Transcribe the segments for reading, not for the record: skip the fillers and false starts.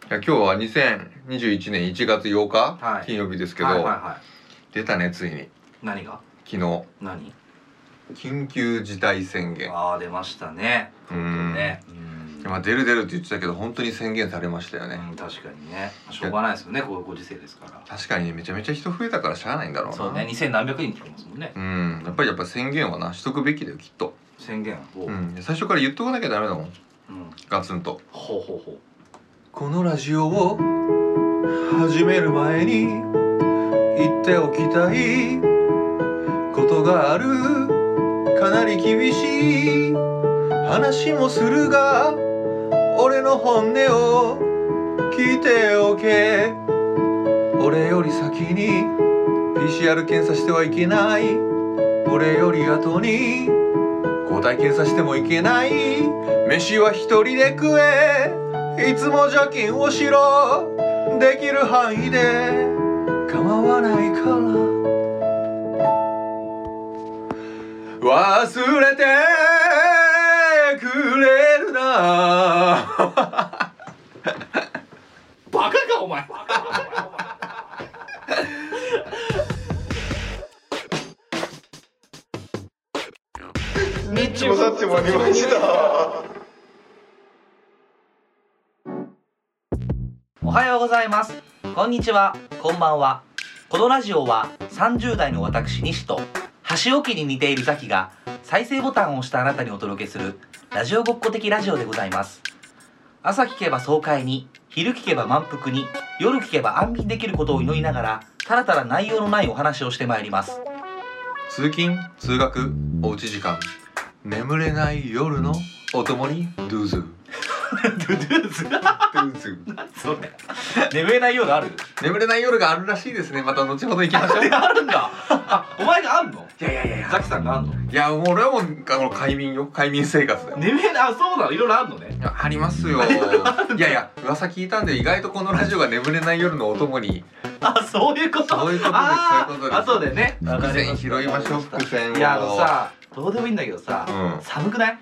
や今日は2021年1月8日、 はい、 金曜日ですけど、出たねついに。 何が？ 昨日。 何？ 緊急事態宣言。 ああ出ましたね。ね。 まあ出るって言ってたけど本当に宣言されましたよね。 確かにね。しょうがないですよね、こういうご時世ですから。 確かにね、めちゃめちゃ人増えたからしゃあないんだろうな。 そうね、2000何百人来てますもんね。 やっぱ宣言はなしとくべきだよきっと。 宣言を。 最初から言っとかなきゃダメだもん。ガツンと。 ほうほうほう。 このラジオを始める前に言っておきたいことがある。かなり厳しい話もするが俺の本音を聞いておけ。俺より先に PCR 検査してはいけない。俺より後に抗体検査してもいけない。飯は一人で食え。いつも除菌をしろ。できる範囲で構わないから忘れてくれるなバカかお前ニッチもサッチもありました。 おはようございます。こんにちは。こんばんは。このラジオは30代の私西と箸置きに似ているザキが再生ボタンを押したあなたにお届けするラジオごっこ的ラジオでございます。朝聞けば爽快に、昼聞けば満腹に、夜聞けば安眠できることを祈りながらたらたら内容のないお話をしてまいります。 通勤通学おうち時間眠れない夜のお供にドゥーズドゥーズ何それ眠れない夜ある？ 眠れない夜があるらしいですね。また後ほど行きましょう。 あるんだ。お前があんの？ いやザキさんがあんの？ いやもう俺はもう快眠よ。快眠生活だよ。 そうなの？いろいろあんのね。 ありますよ。いや噂聞いたんで意外とこのラジオが眠れない夜のお供に。 そういうこと。 そういうことです。 後でね。 伏線拾いましょう。伏線を。 いやさどうでもいいんだけどさ、寒くない？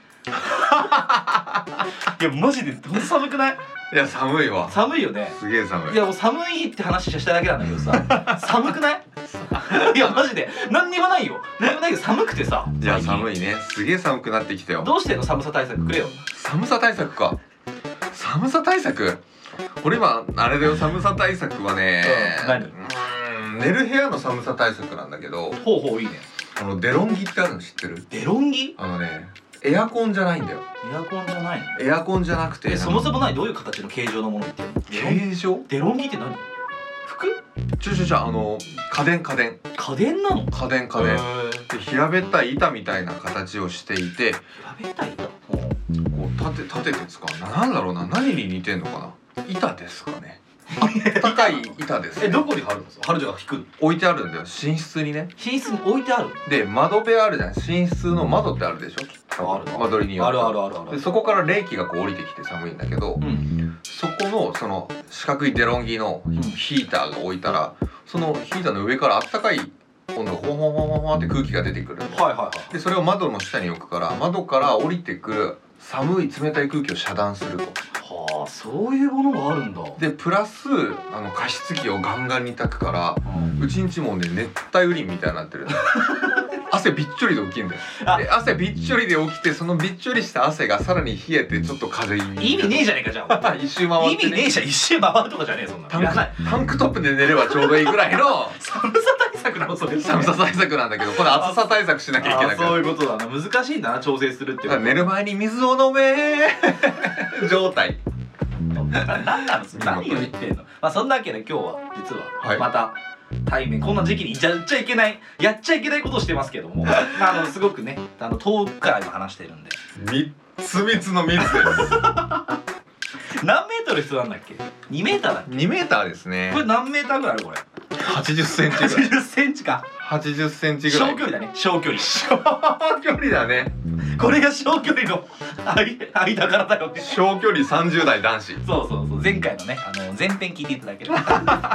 いやマジでほんと寒くない？ いや寒いわ。 寒いよね。 すげえ寒い。 いやもう寒いって話しただけなんだけどさ寒くない？いやマジで何にもないよ。何にもないけど寒くてさ。 いや寒いね。すげえ寒くなってきたよ。 どうしてんの？寒さ対策くれよ。 寒さ対策か。寒さ対策。俺今あれだよ。寒さ対策はね。 何？ 寝る部屋の寒さ対策なんだけど。 ほういいね。 デロンギってあるの知ってる？ デロンギ？ エアコンじゃないんだよ。 エアコンじゃないの？ エアコンじゃなくてそもそもない。どういう形の形状のもの言ってるの？ 形状？ デロンギって何？服？ 家電家電なの？ 家電で平べったい板みたいな形をしていて、 平べったい板？ こう立てて使う。なんだろうな。何に似てんのかな。板ですかね。高い板です。 どこに貼るの？貼るじゃなくて引く？ 置いてあるんだよ。寝室にね。 寝室に置いてある？で窓辺あるじゃん。寝室の窓ってあるでしょ。間取りによって。ある。でそこから冷気がこう降りてきて寒いんだけど、そこのその四角いデロンギのヒーターが置いたら、そのヒーターの上からあったかい温度がホンホンホンホンって空気が出てくるんだよ。でそれを窓の下に置くから、窓から降りてくる寒い冷たい空気を遮断すると。 はあ、そういうものがあるんだ。 でプラス加湿器をガンガンに炊くから、うちんちもね熱帯雨林みたいになってる。汗びっちょりで起きるんだよ。で汗びっちょりで起きて、そのびっちょりした汗がさらに冷えてちょっと風邪気味。 意味ねえじゃねえかじゃあ。 一周回って、ね、 意味ねえじゃん。一周回るとかじゃねえそんな。 タンクトップで寝ればちょうどいいぐらいの寒さ対策なのそれ。 寒さ対策なんだけど、これ暑さ対策しなきゃいけないから。 そういうことだな。難しいんだな、調整するっていう。 寝る前に水を飲め状態。 何なの？何を言ってんの？まあそんなわけで今日は実はまた対面、こんな時期にやっちゃいけないことをしてますけども、すごくね遠くから今話してるんで。 密の密です。 何メートル必要なんだっけ？2メーターだっけ ？2メーターですね。 これ何メーターぐらいあるこれ ？80センチぐらい。 80センチか。 80センチぐらい。 小距離だね。小距離だね。 これが小距離の間からだよね。 小距離30代男子。 そう前回のね前編聞いていただければ。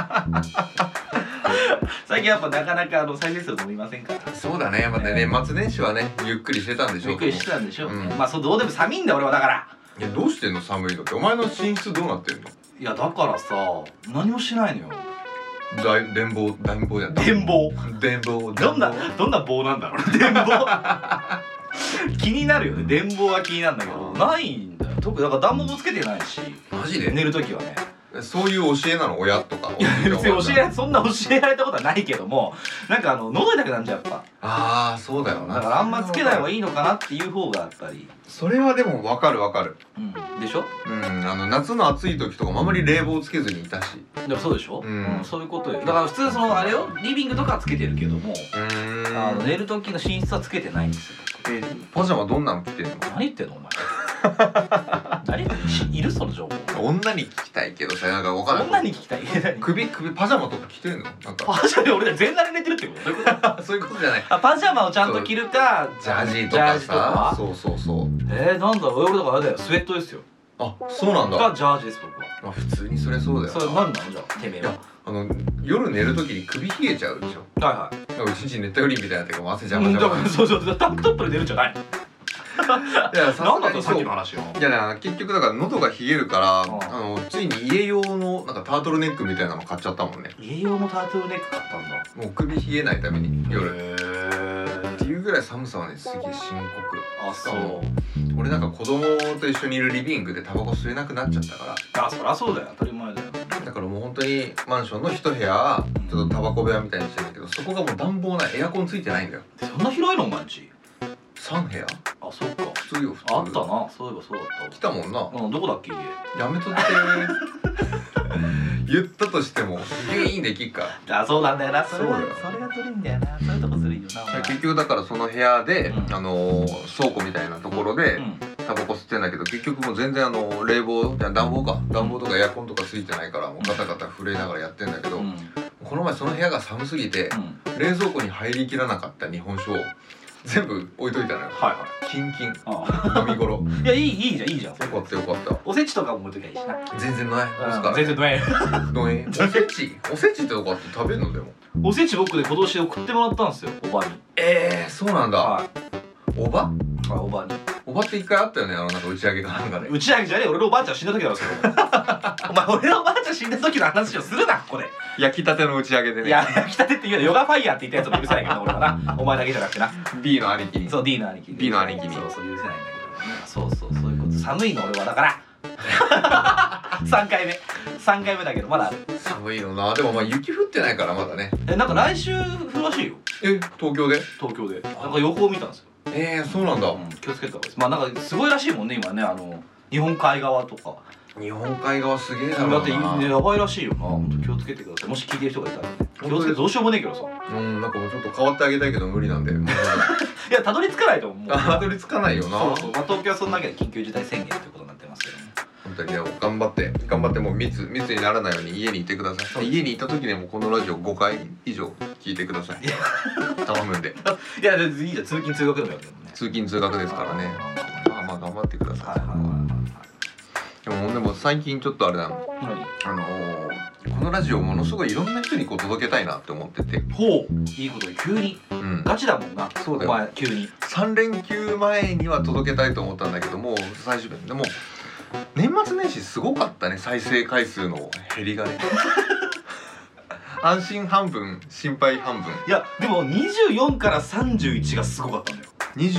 最近やっぱなかなか再生数伸びませんから。 そうだね。また年末年始はねゆっくりしてたんでしょう。 ゆっくりしてたんでしょうね。まあどうでも寒いんだ俺はだから。 いやどうしてんの寒いのって。お前の寝室どうなってんの？ いやだからさ何もしないのよ。 電棒やった。 電棒。 電棒。 どんな棒なんだろうね電棒気になるよね。電棒は気になるんだけどないんだよ。特にだから暖房もつけてないし。 マジで寝るときはね。 そういう教えなの親とか。 いや別にそんな教えられたことはないけども、なんか喉痛くなるじゃんやっぱ。 ああそうだよな。 だからあんまつけない方がいいのかなっていう方がやっぱり。 それはでも分かる。 でしょ。 夏の暑い時とかもあんまり冷房つけずにいたし。 でもそうでしょ。そういうことよ。だから普通そのあれよ、リビングとかはつけてるけども、寝る時の寝室はつけてないんですよ。 パジャマどんなの着てんの？ 何言ってんのお前何いるその情報。 女に聞きたいけどさ、なんか分かんない。 女に聞きたい。 首パジャマとか着てんの？なんかパジャマで俺ら全裸で寝てるってこと？ そういうことじゃない。 パジャマをちゃんと着るか、 ジャージとかさ。そうなんだろう、俺だからあれだよ、スウェットですよ。 あ、そうなんだ。 がジャージです僕は。 普通にそれそうだよ。 それ何なのじゃあてめえは。 夜寝る時に首冷えちゃうでしょ。 はい。 なんか一日ネタよりみたいになって汗邪魔。 そうタンクトップで寝るんじゃないの？ いやなんだとさっきの話よ。 いや結局だから喉が冷えるからついに家用のなんかタートルネックみたいなの買っちゃったもんね。 家用のタートルネック買ったんだ。 もう首冷えないために夜っていうぐらい寒さはねすげえ深刻。 あ、そう。 俺なんか子供と一緒にいるリビングでタバコ吸えなくなっちゃったから。 あ、そりゃそうだよ、当たり前だよ。 だからもう本当にマンションの一部屋ちょっとタバコ部屋みたいにしてるんだけど、そこがもう暖房ない、エアコンついてないんだよ。 そんな広いのお前んち ？3部屋？ あ、そっか。 普通よ普通。 あったな、そういえばそうだった。 来たもんな。 どこだっけ家。 やめとって言ったとしてもいいんできっか。 あ、そうなんだよな。 それがずるいんだよな。そういうとこずるいよな。 結局だからその部屋で倉庫みたいなところでタバコ吸ってんだけど、結局もう全然冷房暖房とかエアコンとかついてないからもうガタガタ震えながらやってんだけど、この前その部屋が寒すぎて冷蔵庫に入りきらなかった日本酒を全部置いといたのよ。キンキン飲み頃。 いやいいじゃん。 よかった。 おせちとかも置いときゃいいしな。 全然ない。 全然ない。 おせちってどこって食べるの？でもおせち僕で今年送ってもらったんですよ、おばに。 そうなんだ。おば？ おばに。 おばって一回あったよね、なんか打ち上げかなんかで。 打ち上げじゃねえ、俺のおばあちゃん死んだ時だろそれ。お前俺のおばあちゃん死んだ時の話をするなこれ。 焼きたての打ち上げでね。 いや焼きたてって言うのヨガファイヤーって言ったやつも許せないけど俺はな。お前だけじゃなくてな。 B の兄貴に。 そう D の兄貴に。 B の兄貴に。 そう許せないんだけど。そういうこと。寒いの俺はだから。3回目だけどまだある。 寒いのな。でもまあ雪降ってないからまだね。 なんか来週降るらしいよ。 東京で？ 東京で。なんか予報見たんですよ。 そうなんだ。 気をつけた方がいいです。まあなんかすごいらしいもんね今ね、日本海側とか。 日本海側すげえだろうな。 だってやばいらしいよな。本当気をつけてください。もし聞いてる人がいたらね。気をつけてどうしようもねえけどさ。 なんかもうちょっと変わってあげたいけど無理なんで。いやたどり着かないと思う。 たどり着かないよな。 そう。まあ東京はそんなわけで緊急事態宣言ということになってますけども。 本当にね頑張ってもう密にならないように家にいてください。家にいた時にもこのラジオ5回以上聞いてください。頼むんで。 いやいいじゃん、通勤通学でもやるもんね。 通勤通学ですからね。まあ頑張ってください。でも最近ちょっとあれなの。このラジオものすごいいろんな人にこう届けたいなって思ってて。 ほう。いいこと急に。ガチだもんな。 そうだよ。 お前急に。 3連休前には届けたいと思ったんだけども最終日でも年末年始すごかったね、再生回数の減りがね。安心半分心配半分。 いやでも24から31がすごかったんだよ。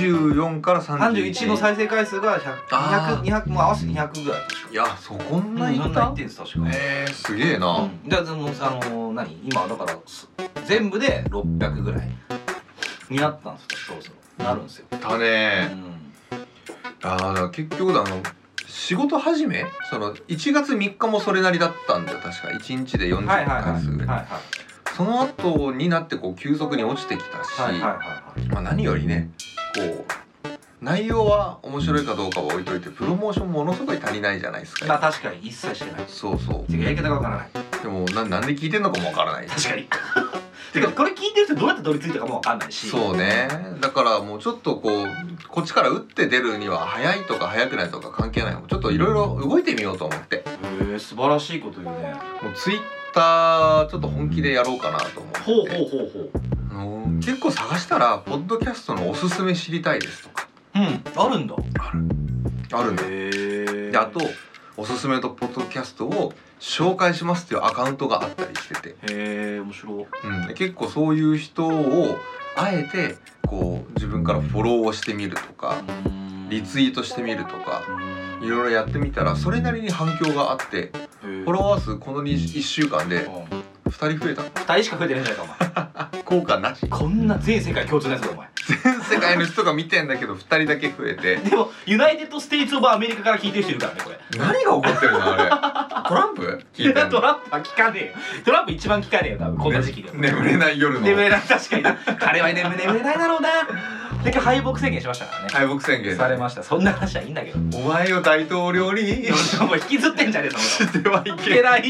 24から31 の再生回数が200も合わせて200ぐらい。 いやそこんないった？ ってんです確か。 すげえな。 じゃあ今だから全部で600ぐらいになったんですよ。そうなるんですよ。 だね。だから結局仕事始め1月3日もそれなりだったんだよ確か。1日で40回数で。その後になってこう急速に落ちてきたし、まあ何よりねこう内容は面白いかどうかは置いといてプロモーションものすごい足りないじゃないですか。 まあ確かに一切してない。 そうやり方がわからない。 でもなんで聞いてんのかもわからない。 確かに。てかこれ聞いてる人どうやって取り付いたかもわかんないし。 そうね。だからもうちょっとこっちから打って出るには早いとか早くないとか関係ない。ちょっといろいろ動いてみようと思って。 素晴らしいこと言うね。 もうツイッターちょっと本気でやろうかなと思って。 ほう。 結構探したらポッドキャストのおすすめ知りたいですとか。 あるんだ。 あるんだ。であとおすすめのポッドキャストを紹介しますっていうアカウントがあったりしてて、 へえ面白い。 で結構そういう人をあえてこう自分からフォローをしてみるとかリツイートしてみるとかいろいろやってみたらそれなりに反響があってフォロワー数この1週間で2人増えたの。 2人しか増えてないんじゃないかお前。 効果なし。 こんな全世界共通のやつだお前。 全世界の人が見てんだけど2人だけ増えて。 でもユナイテッド・ステイツ・オブ・アメリカから聞いてる人いるからねこれ。 何が起こってるのあれ。トランプ聞いてんの。 トランプは聞かねえよ。トランプ一番聞かねえよ多分こんな時期で。 眠れない夜の。 眠れない確かにな。彼は眠れないだろうな。で今日敗北宣言しましたからね。 敗北宣言されました。そんな話はいいんだけど。 お前を大統領にもう引きずってんじゃねえぞ。 してはいいけない。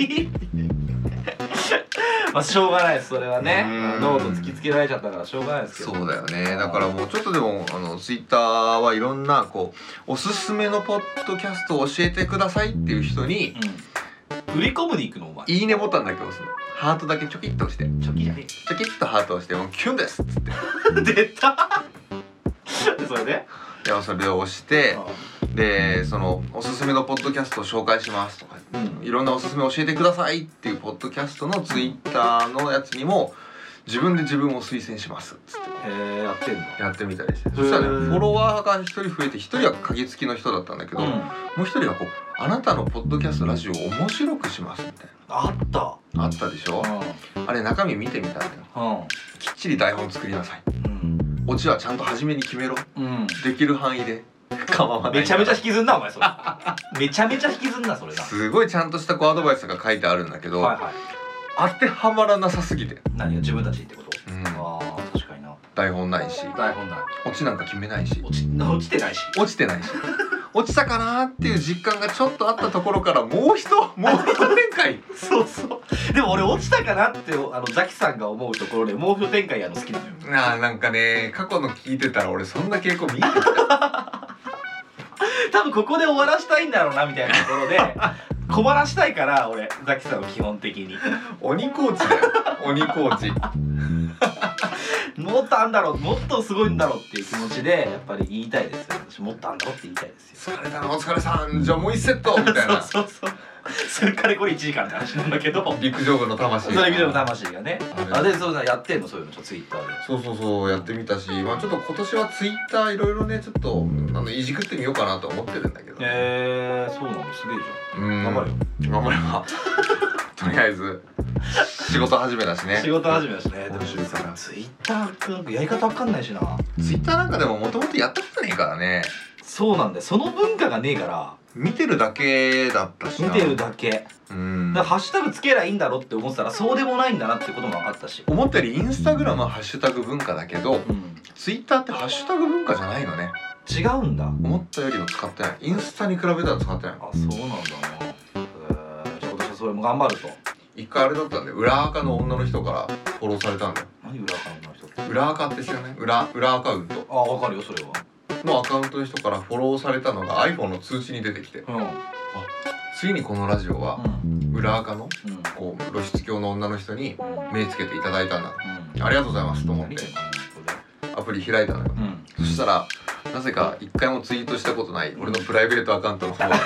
まあしょうがないですそれはね。ノート突きつけられちゃったからしょうがないですけど。 そうだよね。だからもうちょっとでもツイッターはいろんなこうおすすめのポッドキャストを教えてくださいっていう人に、 売り込むでいくのお前。 いいねボタンだけ押すの。ハートだけチョキッと押して。 チョキじゃねえ。 チョキッとハートを押してもうキュンですっつって。 出た。それで？ いやそれを押して。でそのおすすめのポッドキャストを紹介しますとか、いろんなおすすめ教えてくださいっていうポッドキャストのツイッターのやつにも自分で自分を推薦しますっつってやってんのやってみたりして、そしたらねフォロワーが1人増えて1人は鍵付きの人だったんだけど、もう1人はこうあなたのポッドキャストラジオを面白くしますみたいなあったでしょ。あれ中身見てみたんだよ。きっちり台本作りなさい、オチはちゃんと初めに決めろ、できる範囲で構わない。 めちゃめちゃ引きずんなお前それ。めちゃめちゃ引きずんなそれな。 すごいちゃんとしたアドバイスが書いてあるんだけど、当てはまらなさすぎて。 何が自分たちってこと？ああ確かにな。 台本ないし、 台本ない。 オチなんか決めないし、 落ちてないし落ちてないし落ちたかなーっていう実感がちょっとあったところからもう一展開。 そうそうでも俺落ちたかなってザキさんが思うところでもう一展開好きなのよ。 なんかね過去の聞いてたら俺そんな傾向見えてきた。 多分ここで終わらしたいんだろうなみたいなところで困らしたいから俺ザキさんは基本的に鬼コーチだよ鬼コーチ。 もっとあんだろうもっとすごいんだろうっていう気持ちでやっぱり言いたいですよ。私もっとあんだろうって言いたいですよ。 疲れたなお疲れさんじゃあもう1セットみたいな。 そうそれからこれ1時間って話なんだけど陸上部の魂陸上部の魂がねでそういうのやってんのそういうのツイッターで。 そうやってみたし、ちょっと今年はツイッターいろいろねちょっといじくってみようかなと思ってるんだけど。 そうなのすげえじゃん。頑張れよ。 頑張ればとりあえず仕事始めだしね。 仕事始めだしね。でもツイッターやり方わかんないしな。 ツイッターなんかでももともとやったことねえからね。 そうなんだよ。その文化がねえから見てるだけだったしな。 見てるだけ。だからハッシュタグつけりゃいいんだろって思ってたらそうでもないんだなってことも分かったし。思ったよりインスタグラムはハッシュタグ文化だけど、ツイッターってハッシュタグ文化じゃないのね。 違うんだ。 思ったよりも使ってない。インスタに比べたら使ってない。 あ、そうなんだな。じゃあ今年はそれも頑張ると。 一回あれだったんで裏垢の女の人からフォローされたんだよ。 何裏垢の女の人って？ 裏垢って知らない？裏アカウント。 あ、わかるよそれは。 のアカウントの人からフォローされたのが iPhone の通知に出てきて、ついにこのラジオは裏垢のこう露出狂の女の人に目つけていただいたんだ、ありがとうございますと思ってアプリ開いたのよ、そしたらなぜか一回もツイートしたことない俺のプライベートアカウントの方が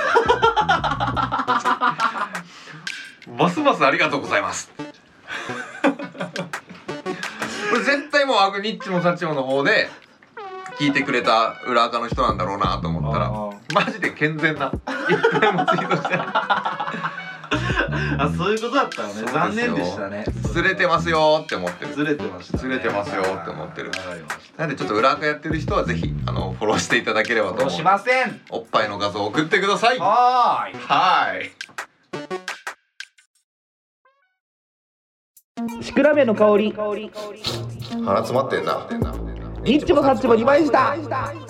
ますますありがとうございますこれ絶対もうニッチもサッチもの方で聞いてくれた裏垢の人なんだろうなと思ったらマジで健全な一回もツイートしてないあ、そういうことだったのね。残念でしたね。 ずれてますよって思ってる。 ずれてましたね。 ずれてますよって思ってる。なんでちょっと裏垢やってる人はぜひフォローしていただければと思う。 しません。 おっぱいの画像を送ってください。 はーい。シクラメンの香り。 鼻詰まってんな。 ニッチもサッチも2枚した。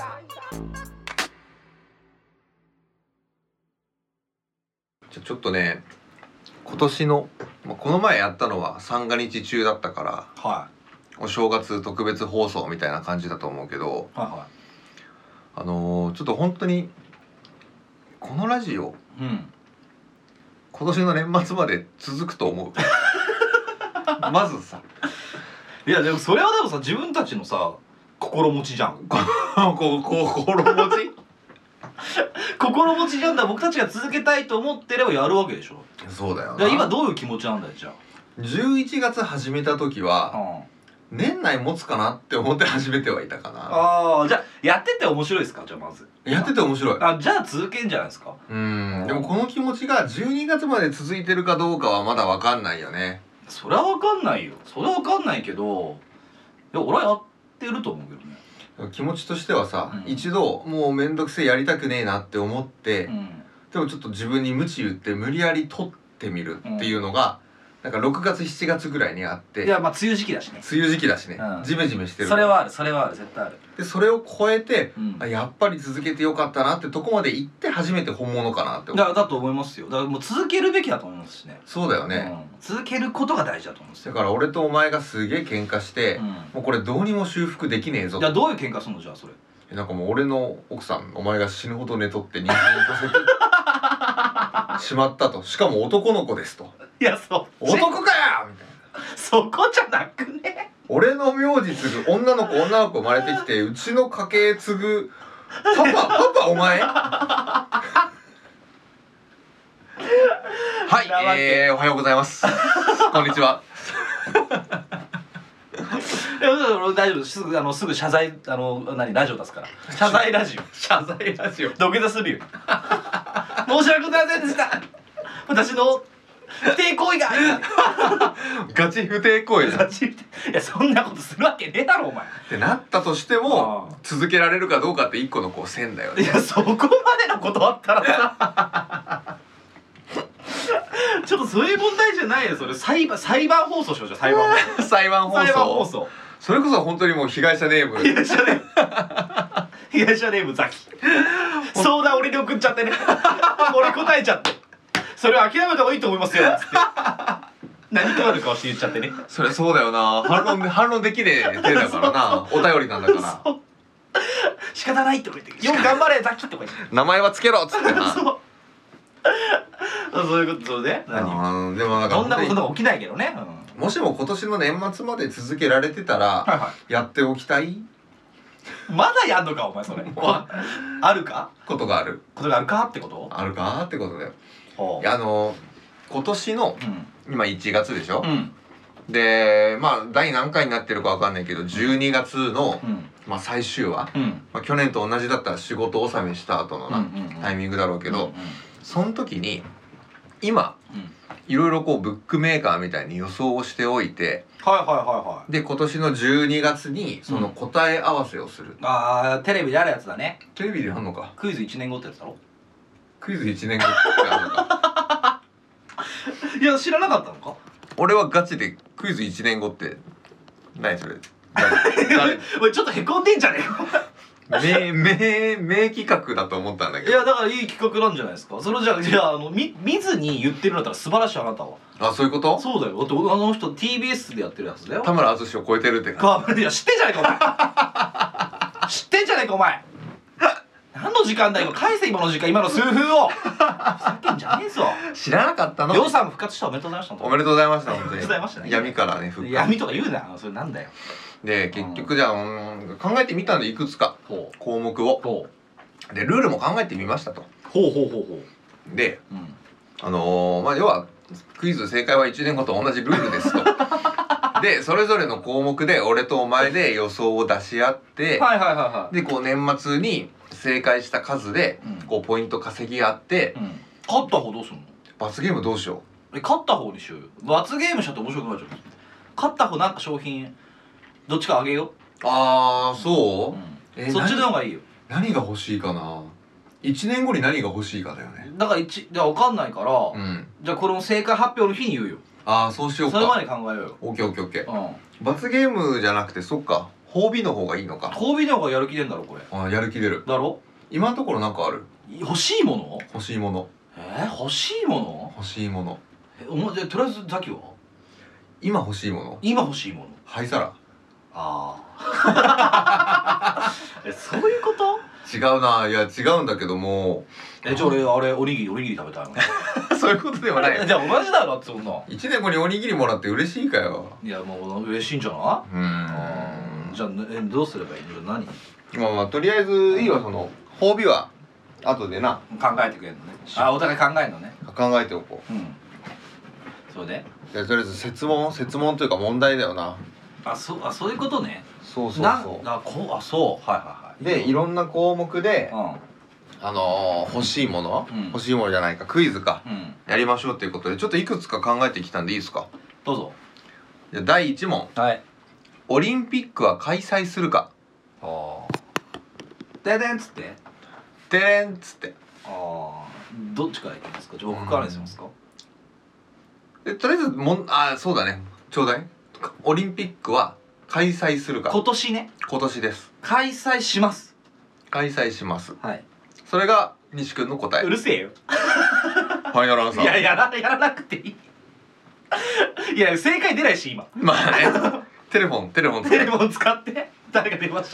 ちょっとね今年のこの前やったのは三が日中だったから、お正月特別放送みたいな感じだと思うけど、ちょっと本当にこのラジオ、今年の年末まで続くと思うまずさ、 いやでもそれはでもさ自分たちのさ心持ちじゃん。 心持ち心持ちなんだ、僕たちが続けたいと思ってればやるわけでしょ。 そうだよだから今な。 どういう気持ちなんだよ、じゃ 11月始めた時はあ。 年内持つかなって思って始めてはいたかな。 ああ、じゃあやってて面白いですか、じゃあまず。 やってて面白い。 あ、じゃあ続けんじゃないですか。 でもこの気持ちが12月まで続いてるかどうかはまだ分かんないよね。 それは分かんないよ。それは分かんないけど、いや俺はやってると思うけどね。 気持ちとしてはさ、 うん一度もうめんどくせえやりたくねえなって思って、 うんでもちょっと自分に鞭打って無理やり取ってみるっていうのが、なんか6月7月ぐらいにあっていや、まあ梅雨時期だしね。 梅雨時期だしね、 うんジメジメしてる。 それはある、それはある、絶対ある。 でそれを超えて、 うんあやっぱり続けてよかったなってとこまで行って初めて本物かなって思う。 だと思いますよ。だからもう続けるべきだと思いますしね。 そうだよね、 続けることが大事だと思うんですよ。 だから俺とお前がすげえ喧嘩して、 うんもうこれどうにも修復できねえぞ。 じゃあどういう喧嘩するの、じゃあそれ。 なんかもう俺の奥さんお前が死ぬほど寝とって妊娠させてしまったと。しかも男の子ですと。 いや、そう男かよみたいな。 そこじゃなくね。 俺の名字継ぐ女の子生まれてきてうちの家系継ぐパパお前はい、おはようございますこんにちは。 いや大丈夫、すぐ謝罪、ラジオ出すから。謝罪ラジオ。 謝罪ラジオ土下座するよ。申し訳ございませんでした。私の不貞行為が。 ガチ不貞行為だっいや、そんなことするわけねえだろお前。 てなったとしても続けられるかどうかって一個のこう線だよね。 いや、そこまでのことあったらさ。ちょっとそういう問題じゃないよ、それ。裁判放送しよう、じゃあ裁判放送。 裁判裁判放送。 それこそ本当にもう被害者ネーム被害者ネーム。被害者ネームザキ。相談俺に送っちゃってね。俺答えちゃって。それを諦めた方がいいと思いますよ。つって。何となる顔して言っちゃってね。 それそうだよな。反論できねえ手だからな。お便りなんだから。 仕方ないって言ってよく頑張れザキとか言って。 名前はつけろっつってな。 そういうことで何でもなんかそんなことが起きないけどね。 もしも今年の年末まで続けられてたらやっておきたいまだやんのかお前それ。あるかことがあるってことあるかってことだよ。 ほう。 いや今年の今1月でしょ。 うんでまあ第何回になってるかわかんないけど12月のうんまあ最終話、 うんまあ去年と同じだったら仕事納めした後のなタイミングだろうけど、その時に今いろいろこうブックメーカーみたいに予想をしておいて、で今年の12月にその答え合わせをする。 ああ、テレビであるやつだね。 テレビであんのか。 クイズ1年後ってやつだろ。 クイズ1年後ってあるのか。 いや、知らなかったのか。 俺はガチでクイズ1年後って何それ。 おいちょっとへこんでんじゃねえか。 名企画だと思ったんだけど。 いやだからいい企画なんじゃないですか。それじゃあ見ずに言ってるんだったら素晴らしい。あなたは。 あ、そういうこと？ そうだよ。だってあの人 TBS でやってるやつだよ。 田村淳を超えてるって感いや知ってんじゃねえかお前。知ってんじゃねえかお前。何の時間だよ。返せ今の時間、今の数分を。ふざけんじゃねえぞ。 じ。知らなかったの？ りょうさんも復活した。おめでとうございました。 おめでとうございました本当に。 おめでとうございましたね。 闇からね復活。 闇とか言うな。それなんだよ。 で結局じゃあ考えてみたんでいくつか項目を。 ほう。 でルールも考えてみましたと。 ほうほうほうほう。 でうん。 まあ要はクイズ正解は1年後と同じルールですと。でそれぞれの項目で俺とお前で予想を出し合ってはいはいはいはい。 でこう年末に正解した数でうんこうポイント稼ぎ合ってうん。勝った方どうすんの？ 罰ゲームどうしよ勝った方にしようよ。罰ゲームしちゃって面白くないじゃん。勝った方なんか商品どっちかあげよう。ああそう、 う。そっちの方がいいよ。 何が欲しいかな。1年後に何が欲しいかだよね。 だからじゃあ分かんないから、 うん。 じゃあこれも正解発表の日に言うよ。 ああそうしようそれまか。 で考えようよ。 オッケーオッケーオッケー。 うん。 罰ゲームじゃなくてそっか褒美の方がいいのか。 褒美の方がやる気出んだろこれ。 ああやる気出る。 だろ？ 今のところなんかある？ 欲しいもの？ 欲しいもの。 欲しいもの？ 欲しいもの。 じゃあとりあえずザキは？ 今欲しいもの。 今欲しいもの。 灰皿。 ああ。そういうこと？ 違うな。いや違うんだけども。 じゃあ俺あれおにぎり食べたいの。 そういうことではない。 じゃあ同じだろってそんな。 1年後におにぎりもらって嬉しいかよ。 いやもう嬉しいんじゃなうい？じゃあどうすればいいの？何？ まあとりあえずいいわその褒美は後でな考えてくれるのね。あ、お互い考えるのね。 考えておこう。 うん。それで。 とりあえず設問というか問題だよな。 そういうことね。 そうそうそう。 そうはいはいはい。 でいろんな項目で、欲しいもの、欲しいものじゃないかクイズか、やりましょうっていうことでちょっといくつか考えてきたんでいいですか。 どうぞ。 じゃあ第1問。 はい。 オリンピックは開催するか。 ででんっつって。 てれんっつって。 どっちからいきますか。僕からにしますか。 とりあえずそうだね。ちょうだい。オリンピックは開催するか。 今年ね。 今年です。 開催します。 開催します。 はい。 それが西君の答え。 うるせえよ。 ファイナルアンサー。 いややらなくていい。いや正解出ないし今。 まあね。テレフォン使って誰が出ました。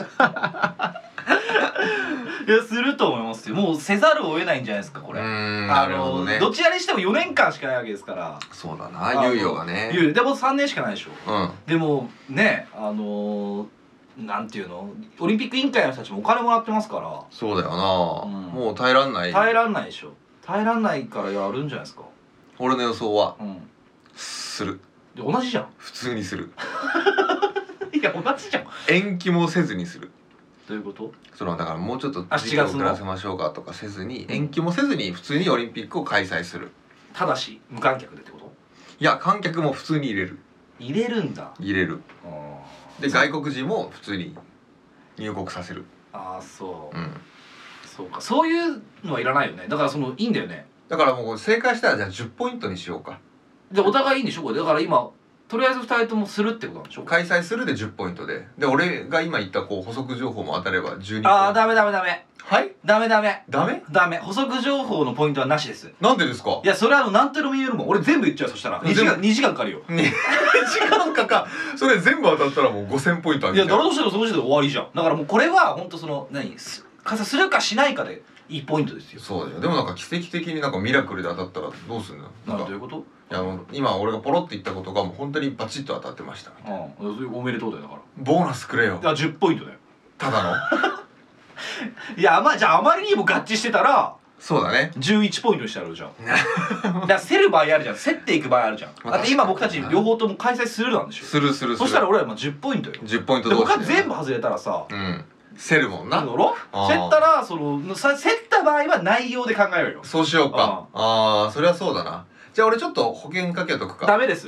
いやすると思いますよ。もうせざるを得ないんじゃないですかこれ。 なるほどね。 どちらにしても4年間しかないわけですから。 そうだな、猶予がね。 でも3年しかないでしょ。でもねなんていうの、オリンピック委員会の人たちもお金もらってますから。 そうだよな、もう耐えらんないでしょ。耐えらんないからやるんじゃないですか。 俺の予想は、する。 で同じじゃん。 普通にする。 いや同じじゃん。 延期もせずにする。 どういうこと？ だからもうちょっと時期を遅らせましょうかとかせずに、延期もせずに普通にオリンピックを開催する。 ただし無観客でってこと？ いや観客も普通に入れるんだ。入れる。で外国人も普通に入国させる。 そう。そうか、そういうのはいらないよね。だからいいんだよね。だからもう正解したらじゃあ10ポイントにしようか。 でお互いいいんでしょこれ。だから今とりあえず2人ともするってことなんでしょ。 開催するで10ポイントで俺が今言った補足情報も当たれば12ポイント。 ダメ。はい。ダメ。補足情報のポイントはなしです。なんでですか。いやそれは何とでも言えるもん。俺全部言っちゃう。そしたら2時間かかるよ。2時間かか。それ全部当たったらもう5000ポイントある。いや誰としてもその時点で終わりじゃん。だからもうこれは本当開催するかしないかでいいポイントですよ。そうだよ。でもなんか奇跡的になんかミラクルで当たったらどうするの？どういうこと？いや今俺がポロって言ったことがもう本当にバチッと当たってました。おめでとうだよ。だからボーナスくれよ。10ポイントだよ。ただの。いやじゃああまりにも合致してたらそうだね11ポイントにしてあるじゃん。だから競る場合あるじゃん。競っていく場合あるじゃん。だって今僕たち両方とも開催するなんでしょ。する。そしたら俺ら10ポイントよ。10ポイント同士で僕は全部外れたらさ競るもんな。競ったら競った場合は内容で考えようよ。そうしようか。それはそうだな。じゃあ俺ちょっと保険かけとくか。ダメです。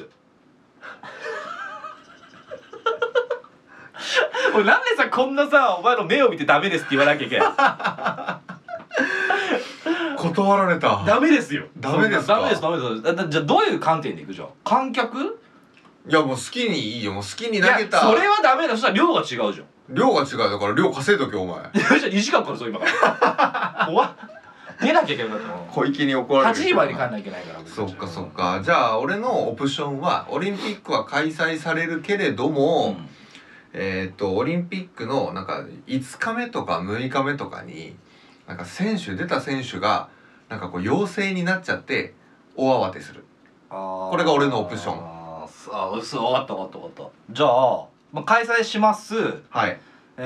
俺なんでさこんなさお前の目を見てダメですって言わなきゃいけない。断られた。ダメですよ。ダメですか。ダメです。じゃあどういう観点でいくじゃん。観客？いやもう好きにいいよ。もう好きに投げた。それはダメだ。そしたら量が違うじゃん。量が違う。だから量稼いどけお前。じゃあ2時間からそう今から。出なきゃいけないから小池に怒られる。8時までに帰んなきゃいけないから。そっか。じゃあ俺のオプションはオリンピックは開催されるけれども、オリンピックのなんか5日目とか6日目とかになんか出た選手がなんか陽性になっちゃって大慌てする。これが俺のオプション。分かった。じゃあ、開催します。はい。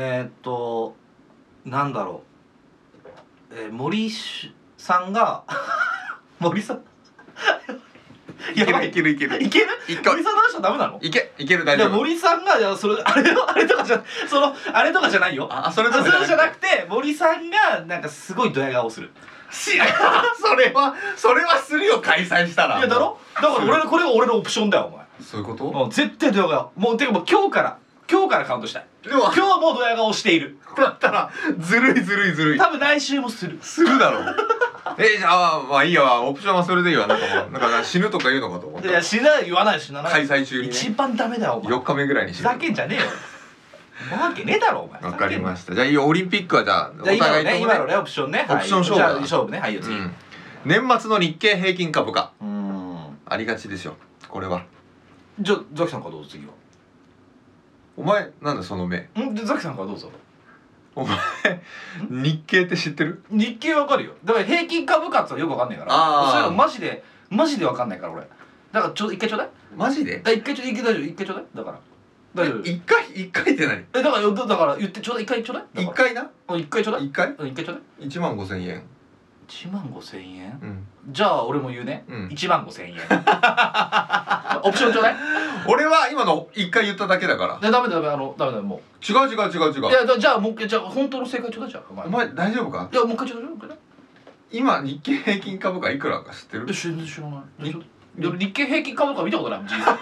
なんだろう。森さんが森さんいける森さんの話はダメなの？いける大丈夫。森さんがあれとかじゃないよ。それじゃなくて森さんがなんかすごいドヤ顔する。それはするよ開催したら。いやだろ。だからこれが俺のオプションだよお前。そういうこと？絶対ドヤ顔。もうてかもう今日からカウントしたい。今日もドヤ顔している。だったらずるい。多分来週もするだろう。じゃあまあいいや。オプションはそれでいいわ。なんか死ぬとか言うのかと思った。いや言わない。開催中に一番ダメだよお前。4日目ぐらいにしろ。ふざけんじゃねえよ。なわけねえだろお前。わかりました。じゃあいいよ。オリンピックはじゃあお互いともね。今のねオプションね。オプション勝負。じゃあ勝負ね。はいよ次。年末の日経平均株価。ありがちでしょこれは。じゃあザキさんからどうぞ次は。お前なんだその目。ザキさんからどうぞ。お前日経って知ってる？日経わかるよ。だから平均株価ってよくわかんないから。そういうのマジでわかんないから俺。だから一回ちょうだい。マジで？一回ちょうだい。だから大丈夫。一回って何？だから言ってちょうだい。一回ちょうだい。一回な。一回ちょうだい。一回ちょうだい。1万5,000円。 1万5,000円、 うん、 じゃあ俺も言うね、 うん、 1万5,000円オプションちょうだい。 俺は今の1回言っただけだから。 ダメダメダメだも違う違う違う違う。 う。いやじゃあもう一回じゃあ本当の正解ちょうだい。じゃあお前大丈夫か？ いやもう一回ちょうだい。 今日経平均株価いくらか知ってる？ 全然知らない。日経平均株価見たことないもん人生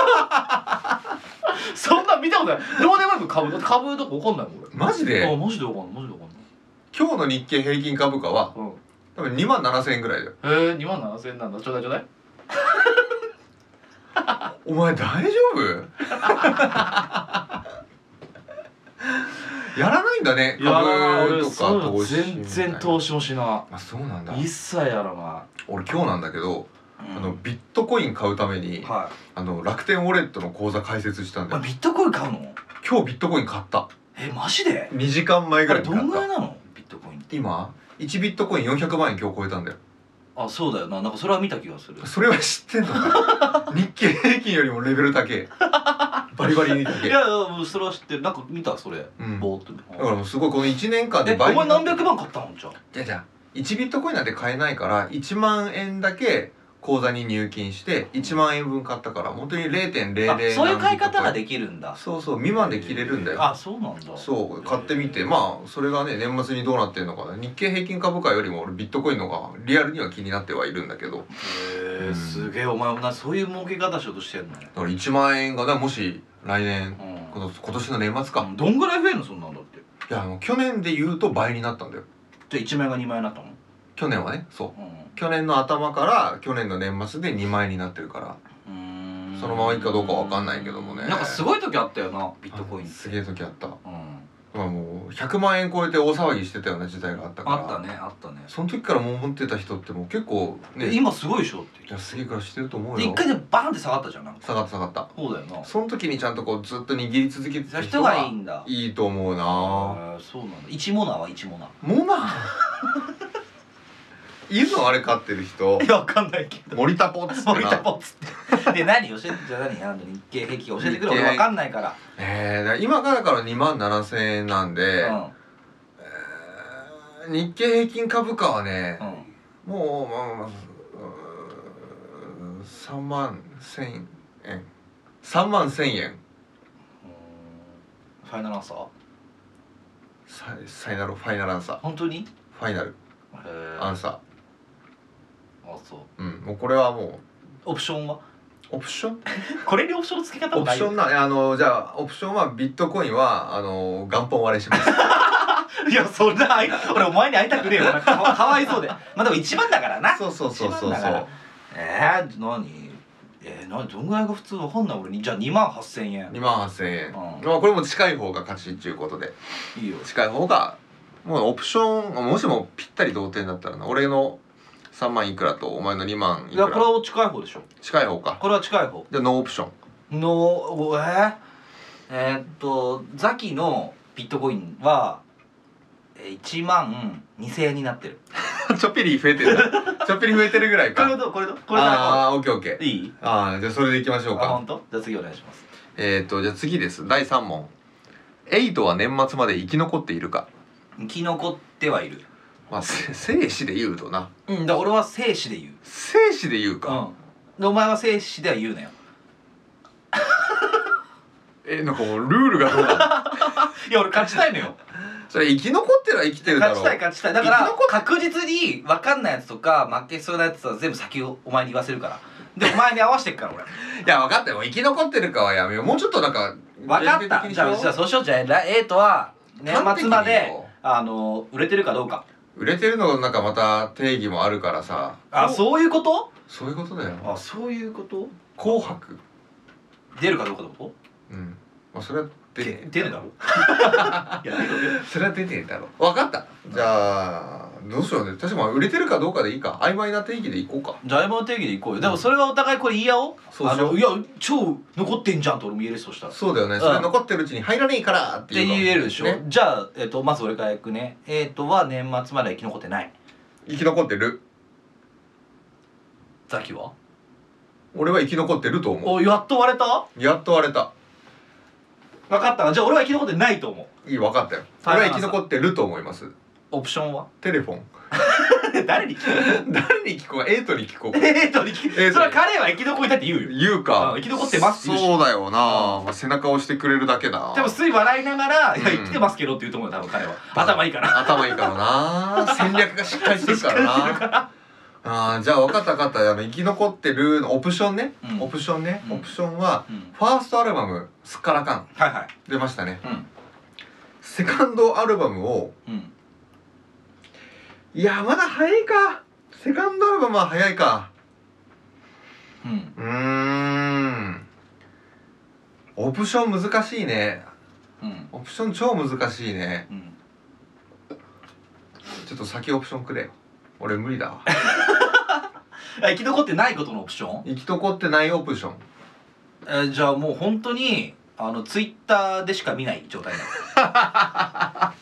そんな見たことない。どうでもよく株とか分かんないもん俺。 マジで？ あマジで分かんない。マジで分かんない。 今日の日経平均株価は、多分27,000円ぐらいだよ。 へえ、27,000円なんだ。ちょうだいちょうだい。 お前大丈夫？やらないんだね、株とか投資。 全然投資もしなあ、そうなんだ。 い。一切やらない。 俺今日なんだけど、ビットコイン買うために、楽天ウォレットの口座開設したんだよ。 ビットコイン買うの？ 今日ビットコイン買った。 マジで ？2時間前ぐらいに買った。 どんぐらいなのビットコインって？ 今1ビットコイン400万円今日超えたんだよ。 あ、そうだよな。なんかそれは見た気がする。 それは知ってんのか？日経平均よりもレベル高い。バリバリに高い。 いやそれは知ってる。なんか見たそれ。ボーっと。 だからもうすごいこの1年間で倍。お前何百万買ったのじゃあ？ じゃあ1ビットコインなんて買えないから1万円だけ口座に入金して1万円分買ったから本当に 0.00 そういう買い方ができるんだ。 そうそう、未満で切れるんだよ。 あ、そうなんだ。 そう買ってみて、まあそれがね年末にどうなってんのかな。日経平均株価よりも俺ビットコインの方がリアルには気になってはいるんだけど。 へえ、すげえ。お前そういう儲け方しようとしてんの？だから1万円がもし来年、今年の年末か、 どんぐらい増えるのそんなんだって。 いや去年で言うと倍になったんだよ。 じゃあ1万円が2万円になったの？ 去年はね、そう、去年の頭から去年の年末で2万円になってるから、そのままいくかどうかわかんないけどもね。 なんかすごい時あったよな、ビットコインって。 すげえ時あった。まあもう100万円超えて大騒ぎしてたような時代があったから。 あったねあったね。 その時からもう持ってた人ってもう結構ね、 今すごいでしょって。 いやすげえからしてると思うよ。 で一回でバーンって下がったじゃん。 下がった下がった。 そうだよな。 その時にちゃんとこうずっと握り続けてた人がいいんだ。 いいと思うな。 そうなんだ。1モナは1モナ。 モナいるの？あれ飼ってる人。 いやわかんないけど。 森田ポッツってな。 森田ポッツって。で何教えて。じゃあ何日経平均教えてくれ。俺わかんないから。 今がだから27,000円なんで、日経平均株価はね、もうまあ31,000円。31,000円。 ファイナルアンサー？ ファイナルアンサー。 本当に？ ファイナルアンサー。 あ、そう。 もうこれはもうオプションは？ オプション？ これにオプションの付け方オプションな、じゃあオプションはビットコインは元本割れします。 いやそんな俺お前に会いたくねえよ。かわいそうで。まあでも1番だからな。 そうそう。 何どんぐらいが普通わかんない俺に。じゃあ28,000円。 28,000円。まあこれも近い方が勝ちっていうことで。 いいよ。 近い方がもうオプションもしもぴったり同点だったらな、俺の3万いくらとお前の2万いくら。 いやこれは近い方でしょ。 近い方か。 これは近い方。 じゃあノーオプション。 ザキのビットコインは1万2,000円になってる。 ちょっぴり増えてるな。ちょっぴり増えてるぐらいか。 これああ、オッケーオッケー。 いい？ じゃあそれでいきましょうか。 本当？じゃあ次お願いします。 じゃあ次です。第3問。エイトは年末まで生き残っているか？ 生き残ってはいる。 まあ生死で言うとな。 だから俺は生死で言う。 生死で言うか。 でお前は生死では言うなよ。 なんかもうルールがどうなの？ いや俺勝ちたいのよ。 それ生き残ってるは生きてるだろう。 勝ちたい。だから確実に分かんないやつとか負けそうなやつは全部先をお前に言わせるから。でお前に合わせてっから俺。 いや分かったよ。生き残ってるかはやめよう。もうちょっとなんか分かった。じゃあそうしよう。じゃあエイトは年末まで売れてるかどうか。 売れてるのなんかまた定義もあるからさ。 あ、そういうこと？ そういうことだよ。 あ、そういうこと？ 紅白出るかどうかってこと？ まあそれは出ねえだろ。いやそれは出ねえだろ。分かった。じゃあどうしようね。確かに売れてるかどうかでいいか。曖昧な定義でいこうか。 じゃあ曖昧な定義でいこうよ。でもそれはお互いこれ言い合おう。 そうしよう。 いや超残ってんじゃんと俺も言えるとしたら。 そうだよね。それ残ってるうちに入らねえからっていう。 言えるでしょ。じゃあまず俺からいくね。は年末まで生き残ってない。 生き残ってる。 ザキは？ 俺は生き残ってると思う。 お、やっと割れた？ やっと割れた。 分かった。じゃあ俺は生き残ってないと思う。 いい、分かったよ。俺は生き残ってると思います。 オプションは？ テレフォン。 誰に聞く誰に聞こう、エイトに聞こうか。 それは彼は生き残りだって言うよ。 言うか。 生き残ってますって言うし。 そうだよな。まあ背中を押してくれるだけだ。 多分すい笑いながら「いや生きてますけど」って言うと思うよ、多分彼は。頭いいから頭いいからな。戦略がしっかりしてるからな。ああ、じゃあ分かった分かった。生き残ってるのオプションね。オプションね。オプションはファーストアルバムすっからかん出ましたね。セカンドアルバムを、いやまだ早いか。セカンドアルバムは早いか。オプション難しいね。オプション超難しいね。ちょっと先オプションくれよ。俺無理だわ。 生き残ってないことのオプション？ 生き残ってないオプション。 じゃあもう本当にツイッターでしか見ない状態な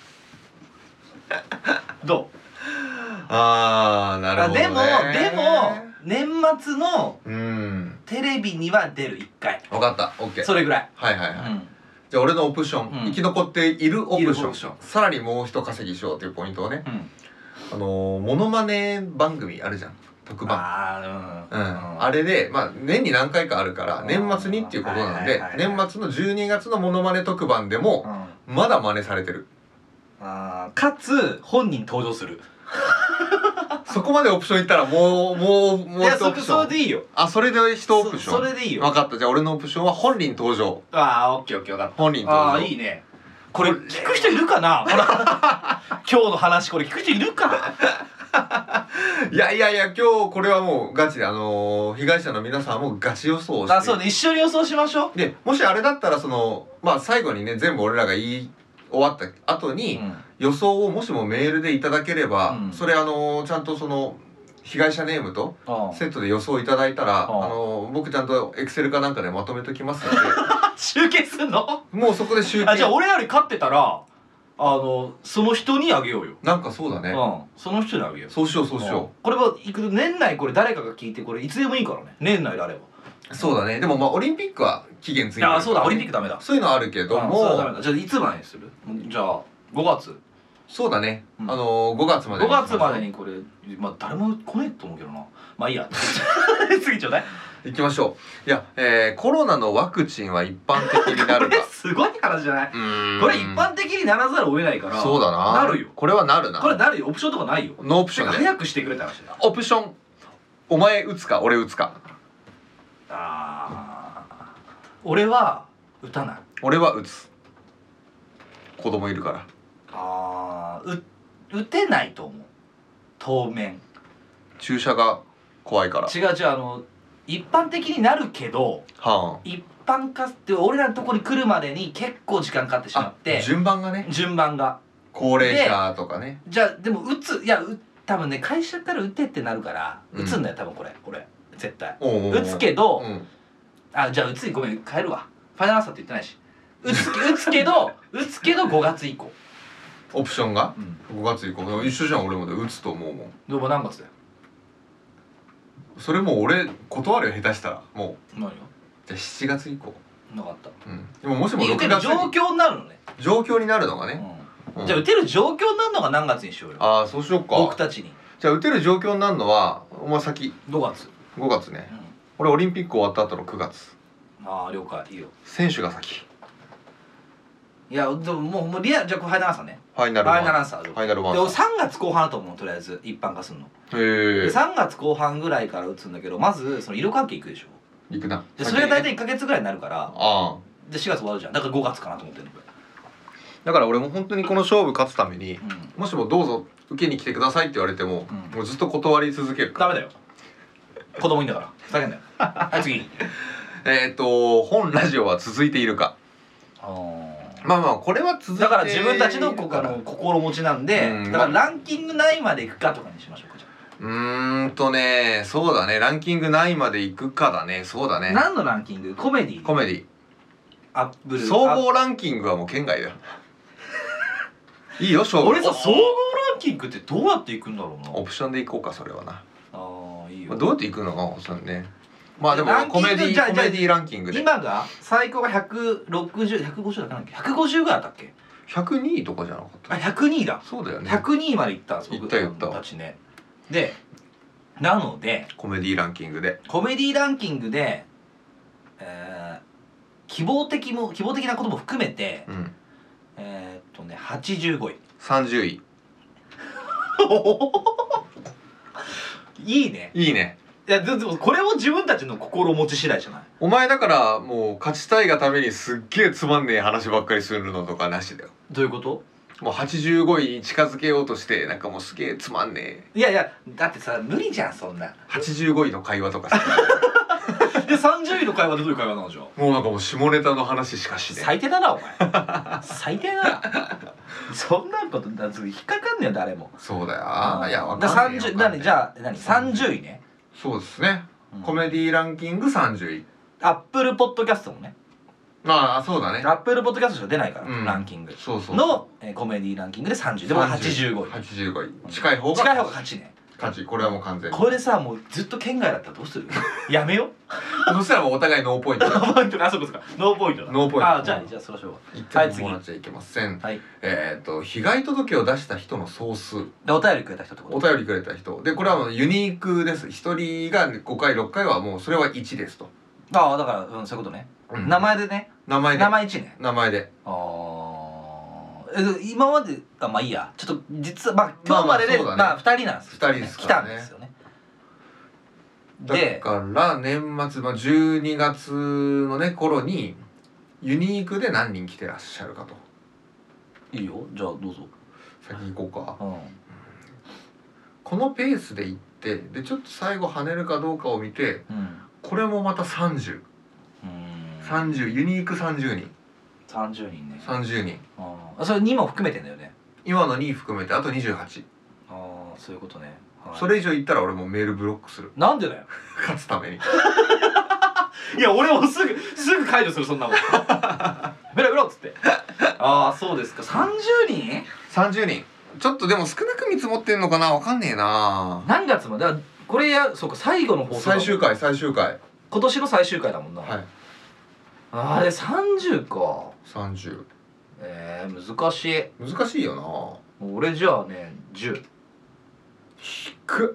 の。どう？ ああ、なるほどね。 でも年末のテレビには出る1回。 分かった。オッケー。 それぐらい。 はいはいはい。じゃあ俺のオプション、生き残っているオプション、さらにもう一稼ぎしようというポイントをね、モノマネ番組あるじゃん、特番。あれでまあ年に何回かあるから年末にっていうことなんで、年末の12月のモノマネ特番でもまだ真似されてる。 かつ本人登場する。 そこまでオプションいったらもう一オプション。 それでいいよ。 あ、それで一オプション。 それでいいよ。 分かった。じゃあ俺のオプションは本人登場。 ああ、オッケーオッケー、分かった。 本人登場。 ああ、いいね。これ聞く人いるかな。今日の話これ聞く人いるか。 いや今日これはもうガチで被害者の皆さんもガチ予想をして。 あ、そうね、一緒に予想しましょう。 でもしあれだったらまあ最後にね全部俺らが言い終わった後に、予想をもしもメールでいただければ、それちゃんと被害者ネームとセットで予想いただいたら僕ちゃんとエクセルかなんかでまとめときますので。 集計すんの？ もうそこで集計。 じゃあ俺より勝ってたらその人にあげようよ。 なんかそうだね。 その人にあげよう。 そうしよう。 これは年内これ誰かが聞いてこれいつでもいいからね。年内であれば。 そうだね。でもまあオリンピックは期限ついてるからね。 あ、そうだ、オリンピックダメだ。 そういうのあるけども。 そうダメだ。じゃあいつまでにする？じゃあ5月。 そうだね。5月まで。 5月までにこれまあ誰も来ねえと思うけどな。まあいいや。次ちょうだい。 行きましょう。いや、コロナのワクチンは一般的になるか。 すごい話じゃない？これ一般的にならざるを得ないから。 そうだな。 なるよ。 これはなるな。 これなるよ。オプションとかないよ。 ノーオプションで。 早くしてくれた話だ。 オプション。お前打つか俺打つか。 俺は打たない。 俺は打つ。子供いるから。 打てないと思う。当面。 注射が怖いから。 違う一般的になるけど、一般化って俺らのところに来るまでに結構時間かかってしまって。 順番がね。高齢者とかね。じゃあでも多分ね、会社から打てってなるから打つんだよ多分これ絶対。打つけど、じゃあごめん変えるわ。ファイナルアンサーって言ってないし。打つけど5月以降。 オプションが5月以降。一緒じゃん。俺もで打つと思うもん。 でも何月だよ。 それもう俺断るよ下手したらもう。 何よ。 じゃあ7月以降。 なかった。 でももしも6月状況になるのね。 状況になるのがね。 じゃあ打てる状況になるのが何月にしようよ。 ああ、そうしようか。 僕たちに。 じゃあ打てる状況になるのはお前先。 5月。 5月ね。俺オリンピック終わった後の9月。 ああ、了解。いいよ。 選手が先。 いやでももうじゃあファイナルアンサーね。 ファイナルアンサー。 ファイナルワン。 でも3月後半だと思う。とりあえず一般化するの。 へえ。 3月後半ぐらいから打つんだけど、まずその色関係いくでしょ。 いくな。 でそれが大体1ヶ月ぐらいになるから。で4月終わるじゃん。だから5月かなと思ってるの。 だから俺も本当にこの勝負勝つために、もしもどうぞ受けに来てくださいって言われても、もうずっと断り続けるから。 ダメだよ。子供いいんだから。ふざけんなよ。はい次。 本ラジオは続いているか。まあこれは続いている。 だから自分たちの心持ちなんで、だからランキング何位までいくかとかにしましょうか。 そうだね。ランキング何位までいくかだね。そうだね。 何のランキング？コメディ。 コメディ。 アップル。 総合ランキングはもう圏外だよ。いいよ勝負。 俺さ、総合ランキングってどうやっていくんだろうな。 オプションでいこうかそれはな。 いいよ。 どうやっていくのかそれね。まあでもコメディランキングで。 今が最高が160、150だっけ？150ぐらいだったっけ ？102位とかじゃなかった？ 102位だ。 そうだよね。 102位までいったんです。 いった。 僕たちね。 でなのでコメディランキングでコメディランキングで、希望的なことも含めて、 うん 85位 30位いいね。 いいね。 いやでもこれも自分たちの心持ち次第じゃない。 お前だからもう勝ちたいがためにすっげえつまんねえ話ばっかりするのとかなしだよ。 どういうこと？ もう85位に近づけようとしてなんかもうすげえつまんねえ。 いやいやだってさ無理じゃんそんな。 85位の会話とかさで30位の会話でどういう会話なのじゃん。 もうなんかもう下ネタの話しかしね。 最低だなお前最低だなそんなことだって引っかかんねえよ誰も。 そうだよ。いやわかんねえよ。 じゃあ30位ね。 そうですね、コメディランキング30位。 アップルポッドキャストもね。 まあそうだね。 アップルポッドキャストしか出ないから、ランキングそうそうのコメディランキングで30位でも85位。 85位近い方が勝ちね。 勝ち。これはもう完全にこれさもうずっと県外だったらどうするやめよそしたらもうお互いノーポイントノーポイントか。あそこそかノーポイントだ。 ノーポイント。 あじゃあそろそろ言ってもらっちゃいけません。 はい。 被害届を出した人の総数でお便りくれた人ってこと。 お便りくれた人でこれはもうユニークです。1人が5回6回はもうそれは1ですと。 ああだからそういうことね。名前でね。名前1ね。 名前で。 今までまあいいやちょっと実はまあ今日まででまあ2人なんです。 2人です来からね。 たんですよね。 だから年末12月のね頃にユニークで何人来てらっしゃるかと。 いいよじゃあどうぞ。 先行こうか。このペースで行ってでちょっと最後跳ねるかどうかを見て、これもまた30ユニーク30人 30人ね。 30人。 それ2も含めてんだよね。 今の2含めてあと28。 ああそういうことね。 それ以上言ったら俺もうメールブロックする。 なんでだよ勝つためにいや俺もすぐ解除するそんなもんベロベロっつってああそうですか。30人 30人ちょっとでも少なく見積もってんのかなわかんねえな。 何月までだからこれそうか最後の放送最終回今年の最終回だもんな。 はい。 あれ30か。 30。 難しい。 難しいよな。 俺じゃあね10。 低っ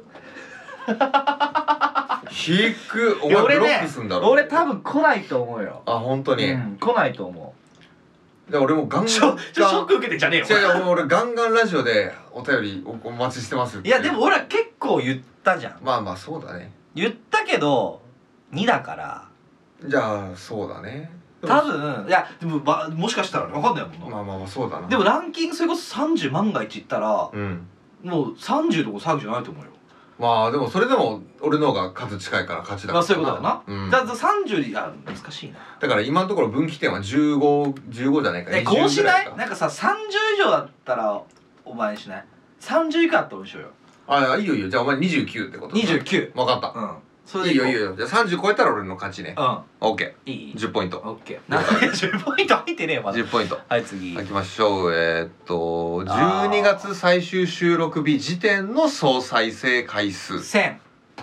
お前ブロックすんだろ。 俺多分来ないと思うよ。 あ本当に、 来ないと思う。 で俺もガンガンショック受けてんじゃねえよ。 違う俺ガンガンラジオでお便りお待ちしてますって。 いやでも俺は結構言ったじゃん。 まあそうだね。 言ったけど2だからじゃあそうだね。 多分いやでももしかしたら分かんないもんな。 まあそうだな。 でもランキングそれこそ30万が一いったらもう30とか30じゃないと思うよ。 まあでもそれでも俺の方が数近いから勝ちだから。 そういうことだな。だから30難しいな。 だから今のところ分岐点は15じゃないか。 こうしない？なんかさ30以上だったらお前にしない？30以下だったらにしようよ。 あいいよじゃあお前29ってこと。 29。 分かった。それでいいよじゃあ30超えたら俺の勝ちね。オッケー。いい？10ポイント。 オッケー。10ポイント入ってねえよまだ。 10ポイント。 はい次。 行きましょう。12月最終収録日時点の総再生回数 1000。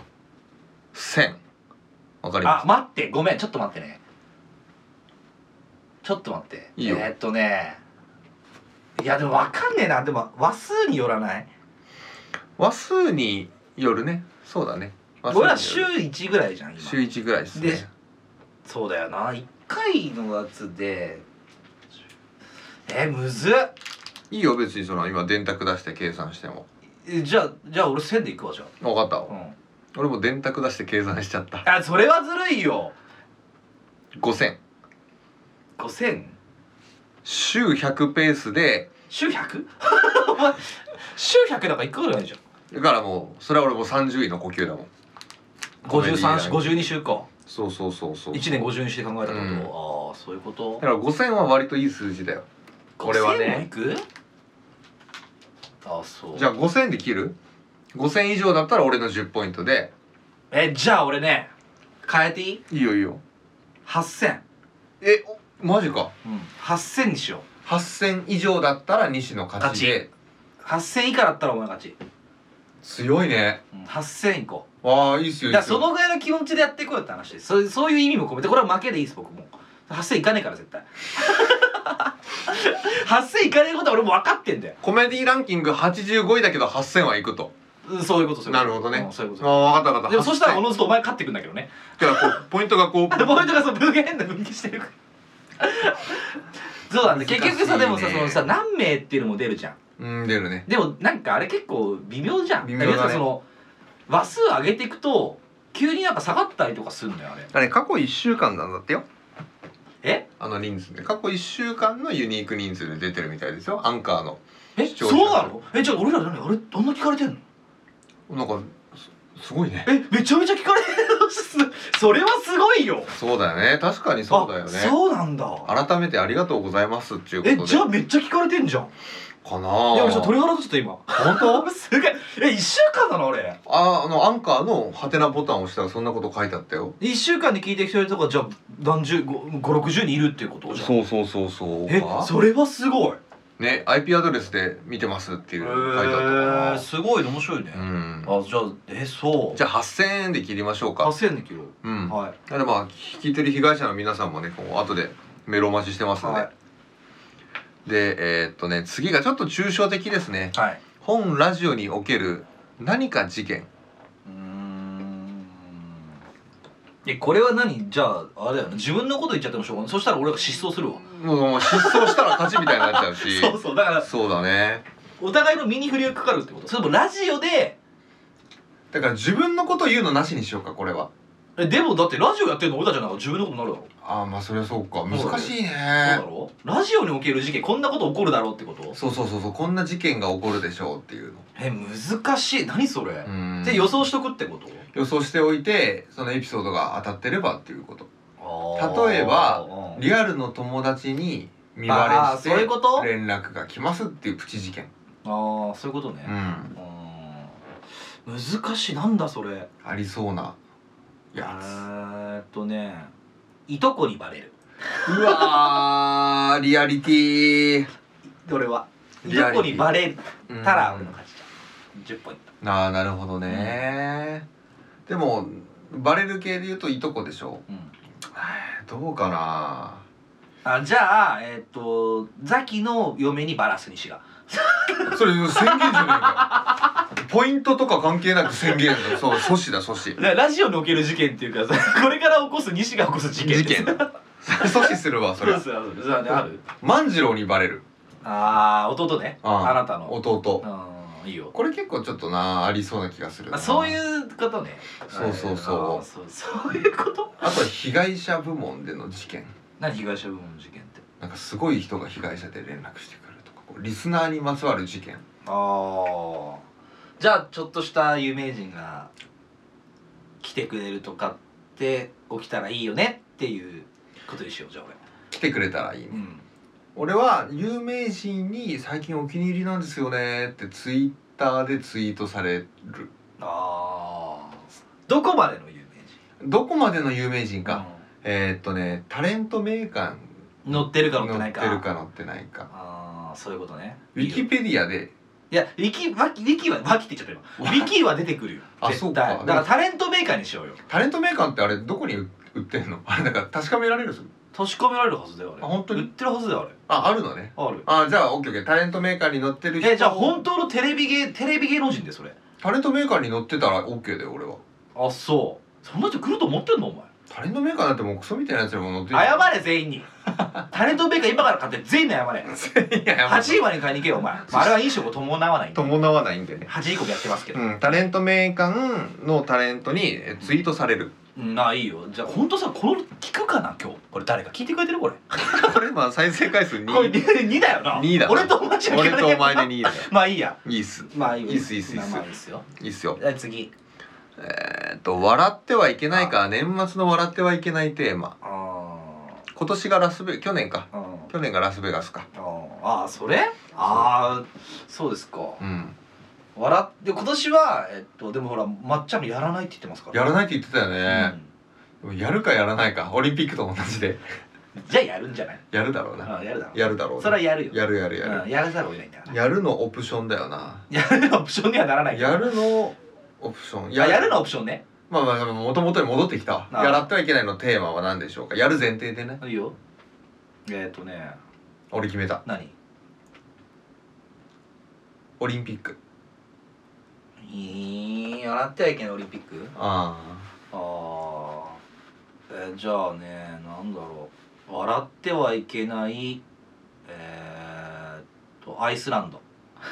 わかります。 待ってごめんちょっと待ってね。ちょっと待って。 いいよ。 いやでもわかんねえな。でも話数によらない？ 話数によるね。そうだね。 俺ら週1ぐらいじゃん今。 週1ぐらいですね。 そうだよな。1回のやつでむずっ。 いいよ別に今電卓出して計算しても。 じゃあ俺1000でいくわじゃあ。 分かった。俺も電卓出して計算しちゃった。 それはずるいよ。 5000。週100ペースで。 週 100？ お前週100なんかいくぐらいじゃん。 だからもうそれは俺も30位の呼吸だもん。 52週か。 そう 1年52週で考えたこと。ああそういうこと。 だから5000は割といい数字だよ。俺はね。 5000もいく？そう。 じゃあ5000で切る？ 5000以上だったら俺の10ポイントで。 じゃあ俺ね変えていい？ いいよ。 8000。 マジか。 8000にしよう。 8000以上だったら西の勝ちで。 8000以下だったらお前勝ち。 強いね。 8000いこう。 わあいいっすよ。 そのぐらいの気持ちでやっていこうよって話です。そういう意味も込めてこれは負けでいいです僕も。8000いかねえから絶対8000いかねえことは俺も分かってんだよ。 コメディランキング85位だけど8000はいくと。 そういうことそういうこと。 なるほどね。 そういうこと。 ああ、分かった分かった。 でもそしたらおのずとお前勝ってくんだけどね。 だからこうポイントがこうポイントがそう変な分岐してるから。そうなんだ。結局さでもさそのさ何名っていうのも出るじゃん。 出るね。 でもなんかあれ結構微妙じゃん。 微妙だね。 要するにその話数上げていくと急になんか下がったりとかするんだよあれ。 あれ過去1週間なんだってよ。 え？ 人数で過去1週間のユニーク人数で出てるみたいですよ。アンカーの。 そうなの？じゃあ俺ら何あれどんな聞かれてんの？ なんかすごいね。 めちゃめちゃ聞かれてる。それはすごいよ。 そうだよね。確かにそうだよね。 そうなんだ。 改めてありがとうございますっていうことで。 じゃあめっちゃ聞かれてんじゃん。 かなぁ。 いや俺ちょっと鳥肌立っちゃった今。 本当？ すげえ。1週間なの俺。 アンカーのハテナボタンを押したらそんなこと書いてあったよ。 1週間で聞いてきてる人がじゃあ5060人いるっていうことじゃん。 そうそれはすごいね。 IP アドレスで見てますっていう書いてあったかな。 すごい面白いね。じゃあそうじゃあ8000円で切りましょうか。 8000円で切ろう。 はい。でまあ聞いてる被害者の皆さんもねこう後でメールお待ちしてますので、で次がちょっと抽象的ですね。本ラジオにおける何か事件。 これは何？じゃああれだよね、自分のこと言っちゃってもしょうがない。そしたら俺が失踪するわ。 もう失踪したら勝ちみたいになっちゃうしそうだからそうだね。 お互いの身に振りがかかるってこと？それともラジオでだから自分のこと言うのなしにしようかこれは。 でもだってラジオやってるの俺たちはなんか自分のことになるだろ。 ああまあそれはそうか。難しいね。 そうだろ。ラジオにおける事件こんなこと起こるだろうってこと？ そうこんな事件が起こるでしょうっていうの。 難しい。何それ？で予想しとくってこと？予想しておいてそのエピソードが当たってればっていうこと。例えばリアルの友達に見バレして連絡が来ますっていうプチ事件。 ああそういうことね。難しい。なんだそれ。 ありそうなやつ。 いとこにバレる。 うわーリアリティ。 どれはいとこにバレたら俺の勝ちじゃん。10ポイント。 なるほどね。でもバレる系で言うといとこでしょ。どうかな。 じゃあザキの嫁にバラす西が。 それ宣言じゃねえか。ポイントとか関係なく宣言だ。そう阻止だ阻止。 ラジオにおける事件っていうかこれから起こす西が起こす事件。 阻止するわそれ。 ある。 万次郎にバレる。 弟ね。あなたの弟。 いいよ。 これ結構ちょっとありそうな気がする。 そういうことね。そういうこと。 あとは被害者部門での事件。 何被害者部門の事件って？ なんかすごい人が被害者で連絡してくるとかリスナーにまつわる事件。 じゃあちょっとした有名人が来てくれるとかって起きたらいいよねっていうことにしよう。じゃあ俺来てくれたらいいね。俺は有名人に最近お気に入りなんですよねってツイッターでツイートされる。 どこまでの有名人？どこまでの有名人か。タレント名鑑載ってるか載ってないか。 載ってないか。 そういうことね。 ウィキペディアで。 いやウィキはって言っちゃった今。ウィキは出てくるよ。 そうか。 だからタレント名鑑にしようよ。 タレント名鑑ってあれどこに売ってんの？あれだから確かめられる？ 確かめられるはずだよあれ。 本当に売ってるはずだよあれ。 あるのね。 ある。 じゃあオッケータレントメーカーに載ってる人。 じゃあ本当のテレビ芸能人でそれ。 タレントメーカーに載ってたらオッケーだよ俺は。そんな人来ると思ってんのお前。 タレントメーカーなんてもうクソみたいなやつらも載ってる。 謝れ全員に。タレントメーカー今から買って全員に謝れ。8時までに買いに行けよお前。あれは飲食を伴わないんで。 伴わないんでね。 8時以降やってますけど。 タレントメーカーのタレントにツイートされる。 いいよ。じゃあ本当さこの聞くかな今日。これ誰か聞いてくれてるこれ。 これ再生回数2。 これ2だよな。 2だ。 俺とお前しか聞かない。 俺とお前で2だよ。 まあいいや。 いいっす。 まあいいっす。いいっすよ。 次。 笑ってはいけないか。年末の笑ってはいけないテーマ。今年が去年か。去年がラスベガスか。 それ？そうですか。今年はでもほらまっちゃんもやらないって言ってますから。 やらないって言ってたよね。やるかやらないか。オリンピックと同じで。 じゃあやるんじゃない？ やるだろうな。 やるだろう。 それはやるよ。 やる。 やらざるを得ないんだから。 やるのオプションだよな。 やるのオプションにはならない。 やるのオプション。 やるのオプションね。 まあもともとに戻ってきた。やらってはいけないのテーマは何でしょうか。やる前提でね。 いいよ。 俺決めた。 何？ オリンピック。 笑ってはいけないオリンピック。 あじゃあね、なんだろう、笑ってはいけないアイスランド。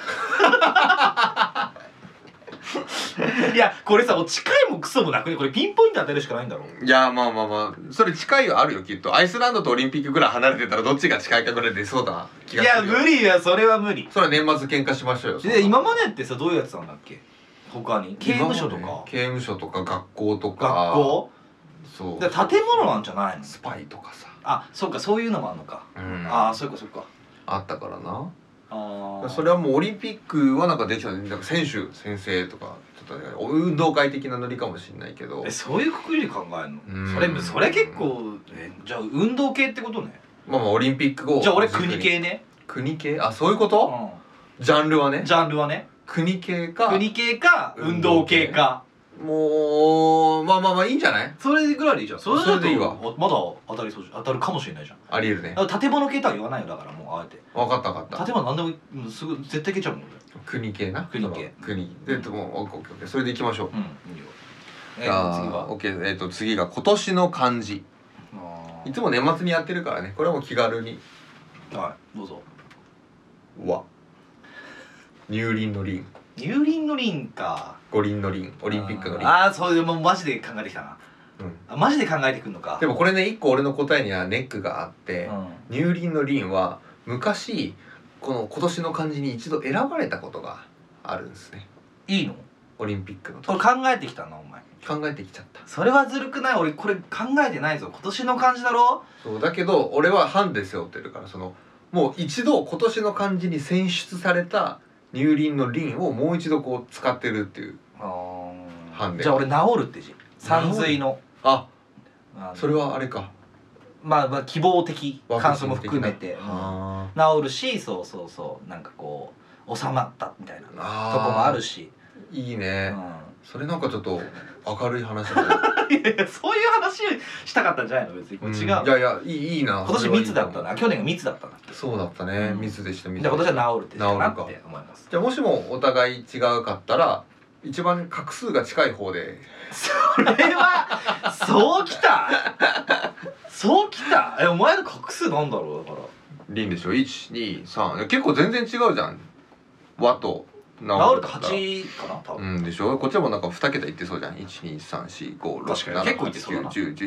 いやこれさ、もう近いもクソもなくね、これピンポイント当てるしかないんだろ。 いやまあそれ近いはあるよきっと。アイスランドとオリンピックぐらい離れてたらどっちが近いかぐらい出そうだ気がするよ。 いや無理や、それは無理。 それは年末喧嘩しましょうよ。 で今までってさ、どういうやつなんだっけ、他に。刑務所とか。 刑務所とか学校とか。 学校。 そうで建物なんじゃないの。 スパイとかさ。 あ、そうか、そういうのもあんのか。ああ、そうかそうか。 あったからな。 ああ。 それはもうオリンピックはなんかできたね。なんか選手先生とかちょっとね運動会的なノリかもしれないけど。 そういうくくりで考えるの。それ結構じゃあ運動系ってことね。 まあオリンピック後。 じゃあ俺国系ね。 国系。あ、そういうこと。ジャンルはね。 ジャンルはね。 国系か運動系か。 もうまあいいんじゃない。 それぐらいでいいじゃん。それでいいわ。まだ当たるかもしれないじゃん。 ありえるね。 建物系とは言わないよ、だからもうあえて。 分かった建物なんでもすぐ絶対消えちゃうもん俺。国系な。 国系。 国でもうオッケーそれでいきましょう。 いいよ。 次はオッケー。次が今年の漢字。いつも年末にやってるからね。これはもう気軽に。 はい、どうぞ。 わ。乳輪の輪。 乳輪の輪か。 五輪の輪。オリンピックの輪。 ああ、そういうもうマジで考えてきたな。マジで考えてくんのか。 でもこれね、一個俺の答えにはネックがあって、乳輪の輪は昔この今年の漢字に一度選ばれたことがあるんですね。 いいの？ オリンピックの時。考えてきたなお前。 考えてきちゃった。 それはずるくない？俺これ考えてないぞ。今年の漢字だろ？ そうだけど俺はハンデ背負ってるから、そのもう一度今年の漢字に選出された乳輪の輪をもう一度こう使ってるっていうハンデ。 じゃあ俺治るって字。山水の。 あ、それはあれか。 まあ希望的感想も含めて治るし、そうなんかこう収まったみたいなとこもあるし。 いいね。それなんかちょっと明るい話だね。 いやそういう話したかったんじゃないの別に。違う。 いやいいな。 今年密だったな。去年が密だったな。 そうだったね。密でした。 じゃあ今年は治るってかなって思います。 じゃあもしもお互い違うかったら一番画数が近い方で。 それはそうきた。そうきた。お前の画数なんだろう。だから輪でしょ。1、2、3。結構全然違うじゃん。和と治ると8かな多分。 でしょ。こっちもなんか2桁いってそうじゃん。1、2、3、4、5、6、7、 結構いってそうだな。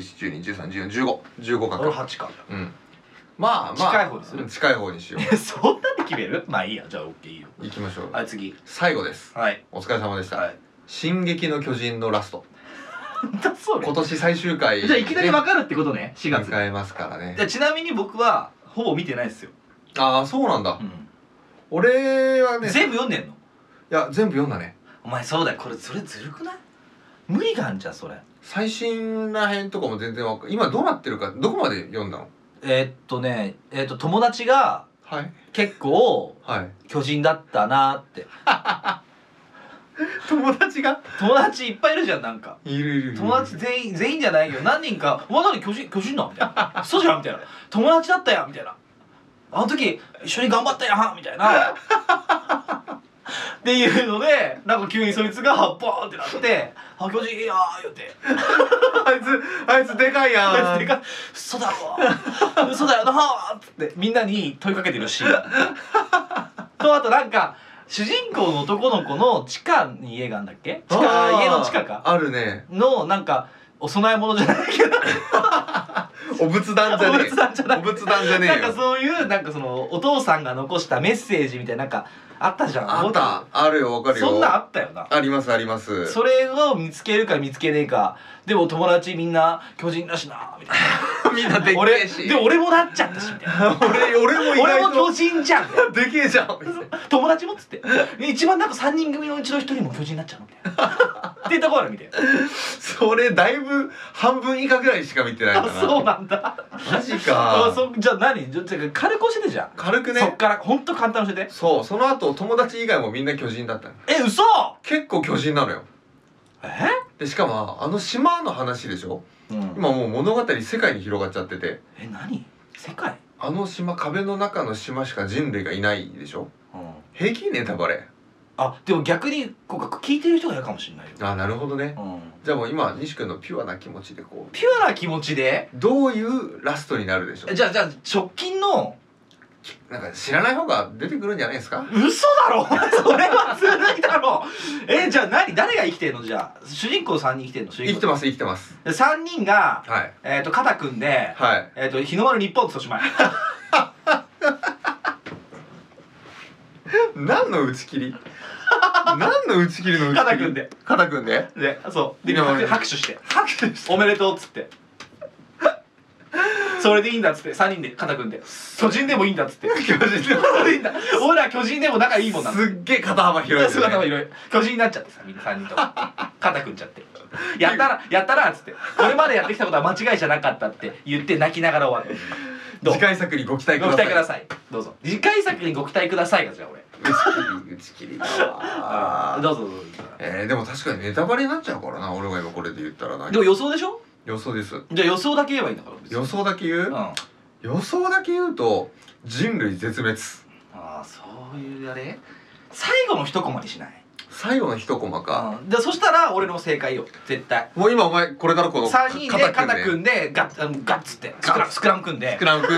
10、11、12、13、14、15か。 俺8か。 まあ近い方にする。 近い方にしよう。 そんなんで決める？まあいいや。じゃあ OK いいよ。 行きましょう。 はい、次。 最後です。 はい。 お疲れ様でした。進撃の巨人のラスト。今年最終回。 じゃあいきなり分かるってことね。4月。 迎えますからね。 じゃあちなみに僕はほぼ見てないですよ。 ああ、そうなんだ。俺はね。 全部読んでんの？ いや全部読んだね。 お前そうだよ。それずるくない？無理があんじゃんそれ。 最新らへんとかも全然今どうなってるか。どこまで読んだの？ 友達が結構巨人だったなって。 友達いっぱいいるじゃん。なんかいる友達全員じゃないけど何人か「お前何巨人な」みたいな「そうじゃん」みたいな「友達だったやん」みたいな「あの時一緒に頑張ったやん」みたいなっていうので、なんか急にそいつがボーンってなって「あ、巨人やー」言うてあいつでかいやん。 あいつでかい。嘘だろ嘘だよなーっつってみんなに問いかけてるしと、あとなんか主人公の男の子の地下に家があんだっけ？家の地下かあるね。 のなんかお供え物じゃないけどお仏壇じゃねえ。お仏壇じゃねえよ。 なんかそういうなんかそのお父さんが残したメッセージみたいななんかあったじゃん。 あるよ、わかるよ。 そんなんあったよな。 ありますあります。 それを見つけるか見つけねえか。でも友達みんな巨人だしなみたいな。 みんなでっけえし。 で俺もなっちゃったしみたいな。俺も巨人じゃん。 でけえじゃん。 友達もっつって一番なんか3人組のうちの1人も巨人になっちゃうのみたいな。って言ったことあるみたいな。 それだいぶ半分以下ぐらいしか見てないかな。 そうなんだ。 マジか。 じゃあ何？じゃ軽く教えてじゃん。 軽くね。 そっからほんと簡単に教えて。 そう、その後友達以外もみんな巨人だったの。 嘘？ 結構巨人なのよ。でしかもあの島の話でしょ。今もう物語世界に広がっちゃってて。 何？世界？ あの島、壁の中の島しか人類がいないでしょ。平気？ネタバレ。 あでも逆にこう聞いてる人が嫌かもしれないよ。 あ、なるほどね。 うん、 じゃあもう今西君のピュアな気持ちでこうピュアな気持ちでどういうラストになるでしょう。 じゃあ直近のなんか知らない方が出てくるんじゃないですか。 嘘だろそれはずるいだろじゃあ誰が生きてんの。じゃあ主人公3人生きてんの。 生きてます生きてます。 で3人が、 はい、 肩組んで、 はい、 日の丸日本っておしまい何の打ち切り何の打ち切りの打ち切り。 肩組んででそうで拍手しておめでとうっつってそれでいいんだっつって3人で肩組んで巨人でもいいんだっつって巨人でもいいんだ俺ら巨人でも仲いいもんな。 すっげえ肩幅広いですね。 肩幅広い巨人になっちゃってさ、みんな3人とも肩組んじゃってやったらっつってこれまでやってきたことは間違いじゃなかったって言って泣きながら終わる。 次回作にご期待ください。 ご期待ください。どうぞ次回作にご期待くださいがじゃあ俺打ち切りだわどうぞ。 でも確かにネタバレになっちゃうからな、俺が今これで言ったらな。 でも予想でしょ。 予想です。 じゃあ予想だけ言えばいいんだから。 予想だけ言う、予想だけ言うと人類絶滅。 ああそういうあれ最後の一コマにしない。 最後の一コマか。 でそしたら俺の正解よ絶対。 もう今お前これからこの 3人で肩組んでガッツってスクラム組んで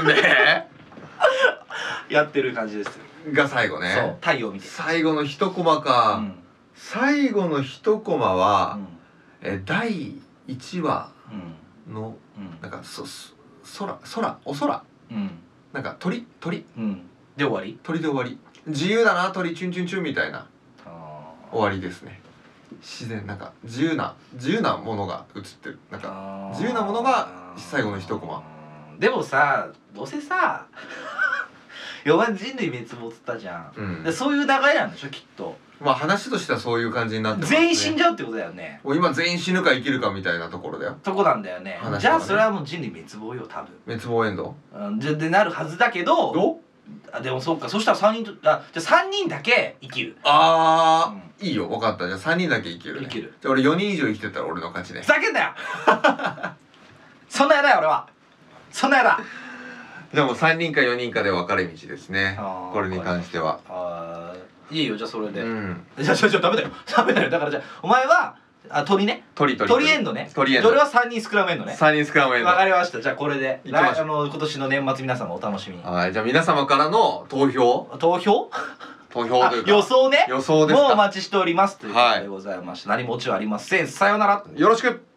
やってる感じですが最後ね。 そう太陽見て最後の一コマか、最後の一コマは、第1話の、なんかお空、なんか鳥で終わり。 鳥で終わり。自由だな鳥チュンチュンチュンみたいな終わりですね。自然なんか自由なものが映ってる。なんか自由なものが最後の一コマ。 でもさどうせさ4番人類滅亡っつったじゃん、でそういう流れなんでしょきっと。 まあ話としてはそういう感じになってますね。 全員死んじゃうってことだよね。 もう今全員死ぬか生きるかみたいなところだよ。 とこなんだよね。じゃあそれはもう人類滅亡よ多分。 滅亡エンド。 でなるはずだけど。でもそうか。そしたら3人じゃあ3人だけ生きる。 いいよ分かった。じゃあ3人だけ生きるね。じゃあ俺4人以上生きてたら俺の勝ちね。 ふざけんなよそんなやだよ俺は。そんなやだ。 でも3人か4人かで分かれ道ですね、これに関しては。 いいよじゃあそれで。じゃあダメだよだからじゃあお前は鳥ね。鳥エンドね。俺は3人スクラムエンドね。 3人スクラムエンド。 わかりました。じゃあこれで今年の年末皆様お楽しみに。 はい、じゃあ皆様からの投票というか予想ね。 予想ですか。 もうお待ちしておりますということでございました。何もオチはありません。さようなら。 よろしく。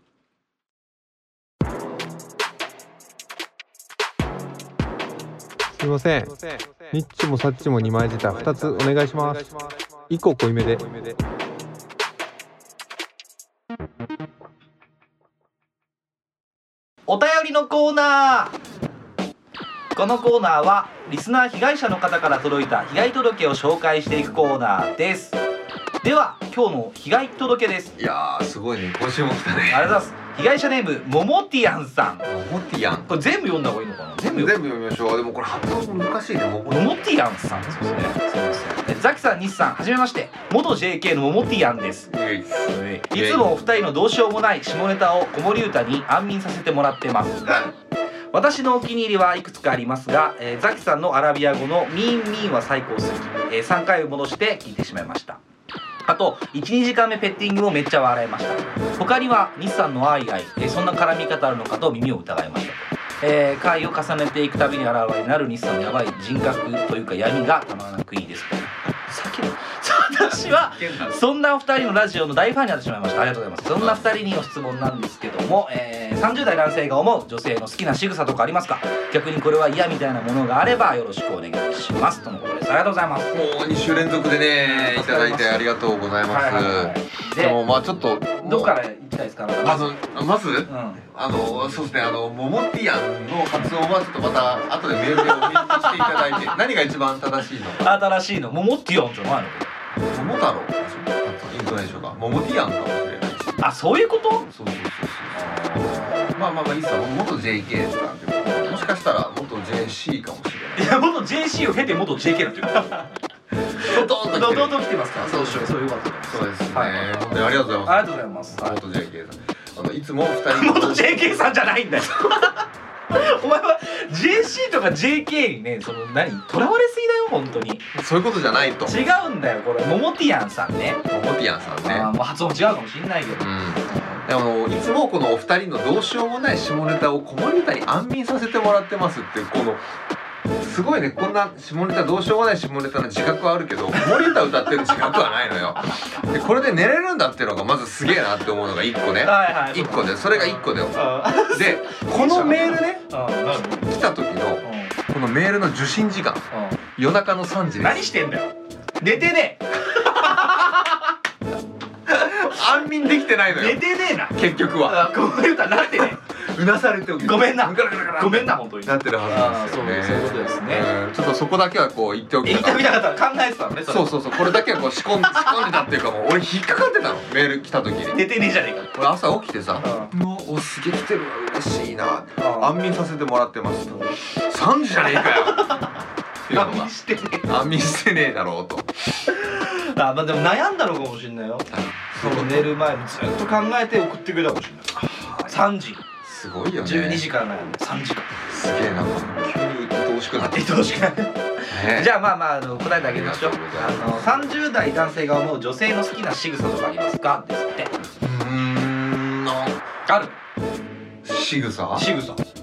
すいません。ニッチもサッチも2枚舌2つお願いします。1個濃いめで。 お便りのコーナー。このコーナーはリスナー被害者の方から届いた被害届を紹介していくコーナーです。では今日の被害届です。 いやーすごいね、今週も来たね。 ありがとうございます。被害者ネームももティアンさん。 ももティアン、 これ全部読んだ方がいいのかな。全部読みましょう。でもこれ発音難しいね。ももティアンさん。そうですね。すいません。ザキさん、西さん、はじめまして。元 JK のももティアンです。いつもお二人のどうしようもない下ネタを子守歌に安眠させてもらってます。私のお気に入りはいくつかありますが、ザキさんのアラビア語のミーンミーンは最高すぎ、3回戻して聞いてしまいました。あと 1,2 時間目ペッティングもめっちゃ笑いました。他には西さんのアイアイ、そんな絡み方あるのかと耳を疑いました。回を重ねていくたびに現れになる西さんのやばい人格というか闇がたまらなくいいですと。私はそんなお二人のラジオの大ファンになってしまいました。ありがとうございます。そんな二人にの質問なんですけども、30代男性が思う女性の好きな仕草とかありますか。逆にこれは嫌みたいなものがあればよろしくお願いしますとのことです。ありがとうございます。 もう2週連続でねいただいてありがとうございます。でもまあちょっとどっから行きたいですか。 まずそうですね、モモティアンの発音はちょっとまた後でメールでお見していただいて何が一番正しいのか。 新しいのモモティアンじゃないの。 桃太郎イントネーションがモモティアンかもしれないし。 あ、そういうこと。 そうまあいいっすよ。元 JK さんってもしかしたら元 JC かもしれない。 いや元 JC を経て元 JK だっていうことドドンと来てますから。そういうことそうですね。本当にありがとうございます。 ありがとうございます。 元 JK さんいつも2人元 JK さんじゃないんだよお前は JC とか JK にねとらわれすぎだよ本当に。 そういうことじゃないと。 違うんだよこれ。モモティアンさんね。 モモティアンさんね。 もう発音違うかもしんないけど。 でもいつもこのお二人のどうしようもない下ネタを子守歌に安眠させてもらってますってこのすごいね。こんな下ネタどうしようもない下ネタの自覚はあるけど子守歌歌ってる自覚はないのよ。でこれで寝れるんだっていうのがまずすげえなって思うのが1個ね。1個でそれが1個だよ。でこのメールね来た時のこのメールの受信時間夜中の3時です。 何してんだよ。寝てねえ。 安眠できてないのよ。 寝てねえな結局は。 こういう歌なってね。 うなされておく。 ごめんなごめんな本当になってるはずですよね。 そういうことですね。 ちょっとそこだけはこう言っておき言ってみたかったら考えてたのね。 そうこれだけはこう仕込んでたっていうかもう俺引っかかってたのメール来た時に。 寝てねえじゃねえか。 俺朝起きてさおすげえ来てるわ嬉しいな安眠させてもらってますと3時じゃねえかよ安眠してねえ。 安眠してねえだろうと。 まあでも悩んだのかもしれないよ。寝る前にずっと考えて送ってくれたかもしれない。3時すごいよね。 12時から悩んで3時間。 すげえなんか急に愛おしくなって愛おしくなる。じゃあ答えてあげましょう。30代男性が思う女性の好きな仕草とかありますかですって。ある仕草仕草って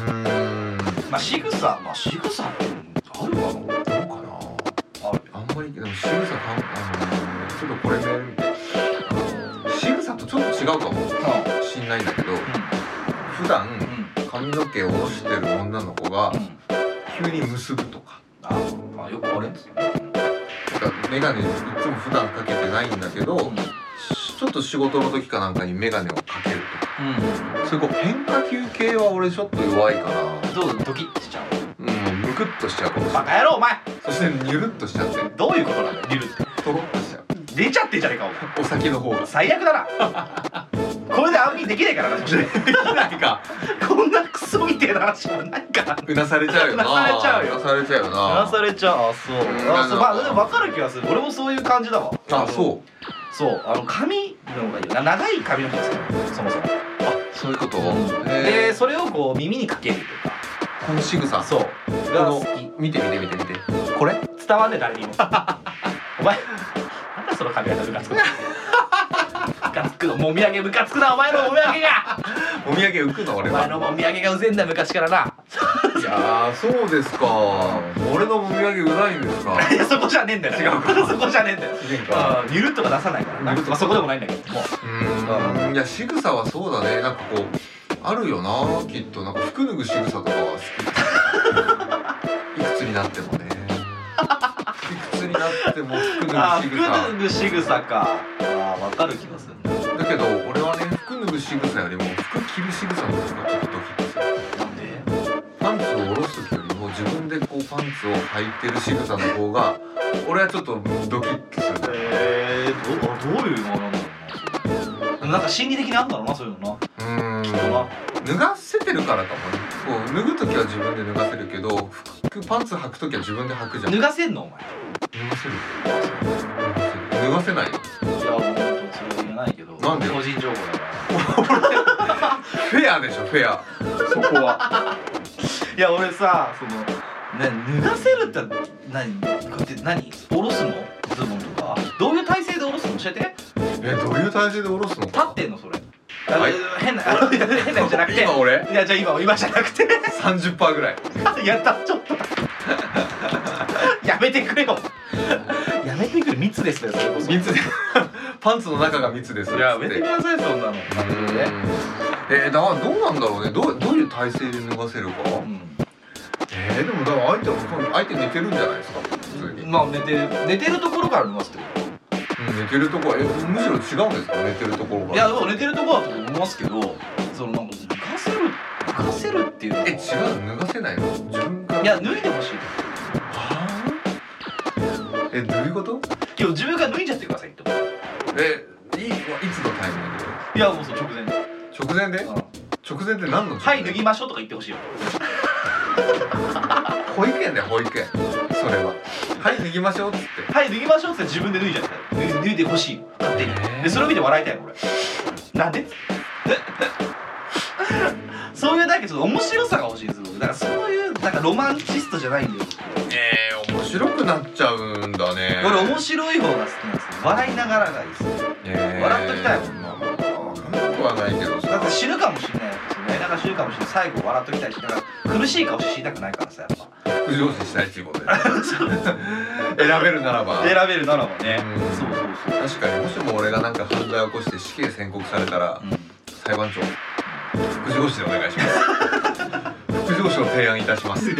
あるかな。 どうかな。あんまりでも仕草ちょっとこれメール見て仕草とちょっと違うかもしんないんだけど普段髪の毛を下ろしてる女の子が急に結ぶとか。 よくあれメガネいつも普段かけてないんだけどちょっと仕事の時かなんかにメガネをかけるとかそういう変化球系は俺ちょっと弱いかな。 どうドキッとしちゃう。 むくっとしちゃうかもしれない。 バカ野郎お前。 そしてニュルっとしちゃってどういうことなんだよニュルって。 トロッとしちゃう。 出ちゃってんじゃねえかお先の方が最悪だな。これで安眠できないからな。そしてなんかこんなクソみてえな話は何かうなされちゃうよな。 うなされちゃうよ。 うなされちゃうよな。 うなされちゃう。そうでも分かる気がする。俺もそういう感じだわ。そう髪の方がいいよな。長い髪の毛ですよそもそも。 そういうことでそれをこう耳にかけるとかこの仕草そうが好き。 見てこれ伝わんねえ誰にも。お前なんだその髪型ムカつくの。ムカつくの。もみあげムカつくなお前のもみあげが。 お土産浮くの俺お前のもみあげがうぜんだ昔からな。 いやそうですか。俺のもみあげうないんですか。 いやそこじゃねえんだよ。違うか。そこじゃねえんだよ。ニュルとか出さないからな。そこでもないんだけども。 いや仕草はそうだね。なんかこうあるよなきっと。なんか服脱ぐ仕草とかは好き。いくつになってもね。いくつになっても服脱ぐ仕草。 服脱ぐ仕草か。わかる気がする。 だけど俺はね服脱ぐ仕草よりも服着る仕草の方がちょっとドキッとする。 なんで？ パンツを下ろす時よりも自分でこうパンツを履いてる仕草の方が俺はちょっとドキッとする。 どういうのなんだろうな。なんか心理的にあんだろうなそういうのな。きっとな。 脱がせてるからかもね。こう脱ぐ時は自分で脱がせるけどパンツ履く時は自分で履くじゃん。 脱がせんのお前。 脱がせる。脱がせないよ。 いやもう本当それは言えないけど。 なんでよ。 個人情報だから。 フェアでしょフェア。そこは。 いや俺さ脱がせるって何こうやって何下ろすのズボンとかどういう体勢で下ろすの教えて。 どういう体勢で下ろすの？ 立ってんのそれ。 はい変な変なじゃなくて。 今俺？ いやじゃあ今じゃなくて。 30% ぐらい。 やったちょっと。やめてくれよ。やめてくれ密ですねそれこそ。 密でパンツの中が密です。 いややめてくださいそんなの。 だからどうなんだろうね。どういう体勢で脱がせるか。でもだから相手寝てるんじゃないですか普通に。 まあ寝てるところから脱がすってこと。 寝てるところむしろ違うんですか寝てるところから。 いやでも寝てるところだと思いますけどなんか脱がせるっていうの。 違う脱がせないの自分から。 いや脱いでほしい。 どういうこと？ 今日自分が脱いじゃってくださいってこと。 いつのタイミングで？ いやもう直前で。 直前で？直前って何の？ はい脱ぎましょうとか言ってほしいよ。 保育園だよ保育園。それははい脱ぎましょうっつってはい脱ぎましょうって自分で脱いじゃった。脱いでほしい勝手に。でそれを見て笑いたいの俺。なんで？ そういうなんかちょっと面白さが欲しいんですよ。だからそういうなんかロマンチストじゃないんだよ。 面白くなっちゃうんだね。 俺面白い方が好きなんですよ。笑いながらがいいですね。笑っときたいもん。 まあまあ分かんなくはないけどさ。 だって死ぬかもしれないやつね。だから死ぬかもしれない。最後笑っときたいし、だから苦しい顔して死にたくないからさ、やっぱ。 副上司したいっていうことで選べるならば選べるならばね。そうそうそう。 確かにもしも俺がなんか犯罪を起こして死刑宣告されたら、裁判長副上司でお願いします副上司を提案いたします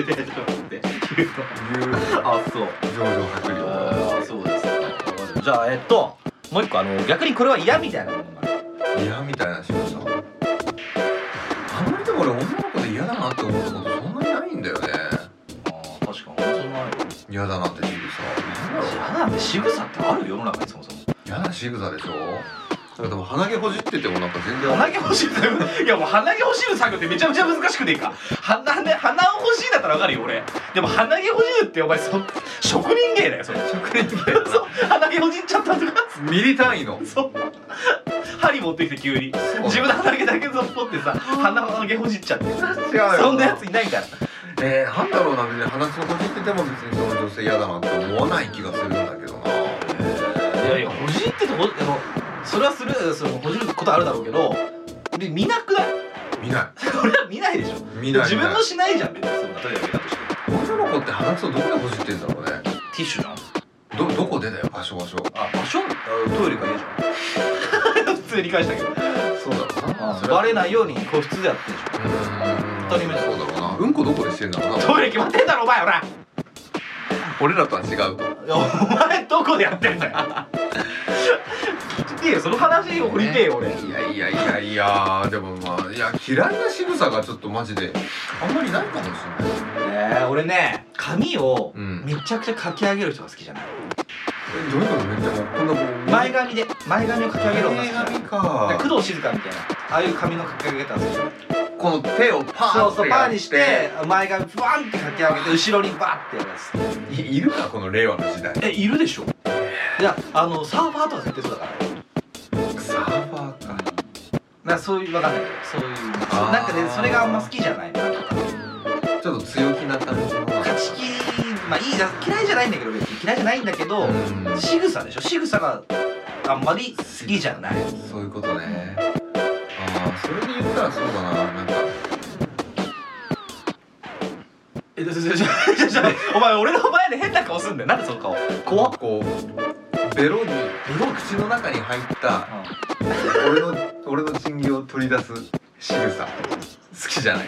あ、そう。 上場閣僚。 あ、そうですか。じゃあもう一個逆にこれは嫌みたいなものがある。 嫌みたいな仕草。あんまりでも俺女の子で嫌だなって思ったことそんなにないんだよね。 あ、確かにそんなない。 嫌だなって仕草。 嫌だって仕草ってある世の中にそもそも。 嫌な仕草でしょ。なんかでも鼻毛ほじっててもなんか全然鼻毛ほじるいやもう鼻毛ほじる作業ってめちゃめちゃ難しくねえか。鼻をほじるだったらわかるよ俺。でも鼻毛ほじるってお前職人芸だよそれ。職人芸だな。そう鼻毛ほじっちゃったとかミリ単位の。 そう針持ってきて急に自分の鼻毛だけぞっぽってさ鼻毛ほじっちゃって違うよ。 そんなやついないから。 なんだろうな、別に鼻くそほじってても別にその女性嫌だなって思わない気がするんだけどな。 いやいやほじっててでもそれはそのほじることあるだろうけどで見なくない？ 見ない。 俺は見ないでしょ。 見ない。 自分もしないじゃん別に。そんな例えば見たとして女の子って鼻くそどこでほじってんだろうね。 ティッシュじゃん。 どこでだよ、場所。 あ、場所？トイレか家じゃん普通に返したけどそうだろうな。 バレないように個室でやってんじゃん。当たり前だ。 そうだろうな。うんこどこでしてんだろうな。 トイレ決まってんだろお前ほら。 俺らとは違うと。 お前どこでやってんだよいいよその話を掘りてえよ俺。 いやでもまあ嫌いな仕草がちょっとマジであんまりないかもしれない。 俺ね髪をめちゃくちゃかき上げる人が好きじゃない。 どういうこと？めっちゃもうこんな前髪をかき上げるのが好きじゃない。 前髪か。 工藤静香みたいなああいう髪のかき上げ方好きじゃない。 この手をパーンそうパーにして前髪バンってかき上げて後ろにバッてやるやつ。 いるかこの令和の時代。 いるでしょ。いやサーファーとか絶対そうだから。 サーファーか。 なんかそういうわかんないけどそういうなんかねそれがあんま好きじゃない。なんかちょっと強気な感じの。 勝ち気まあいいじゃ嫌いじゃないんだけど別に嫌いじゃないんだけど仕草でしょ。仕草があんまり好きじゃない。 そういうことね。それで言ったらそうだな。なんかお前俺の前で変な顔すんだよ。なんでその顔怖っ。 こうベロ口の中に入った俺の珍魚を取り出す仕草好きじゃない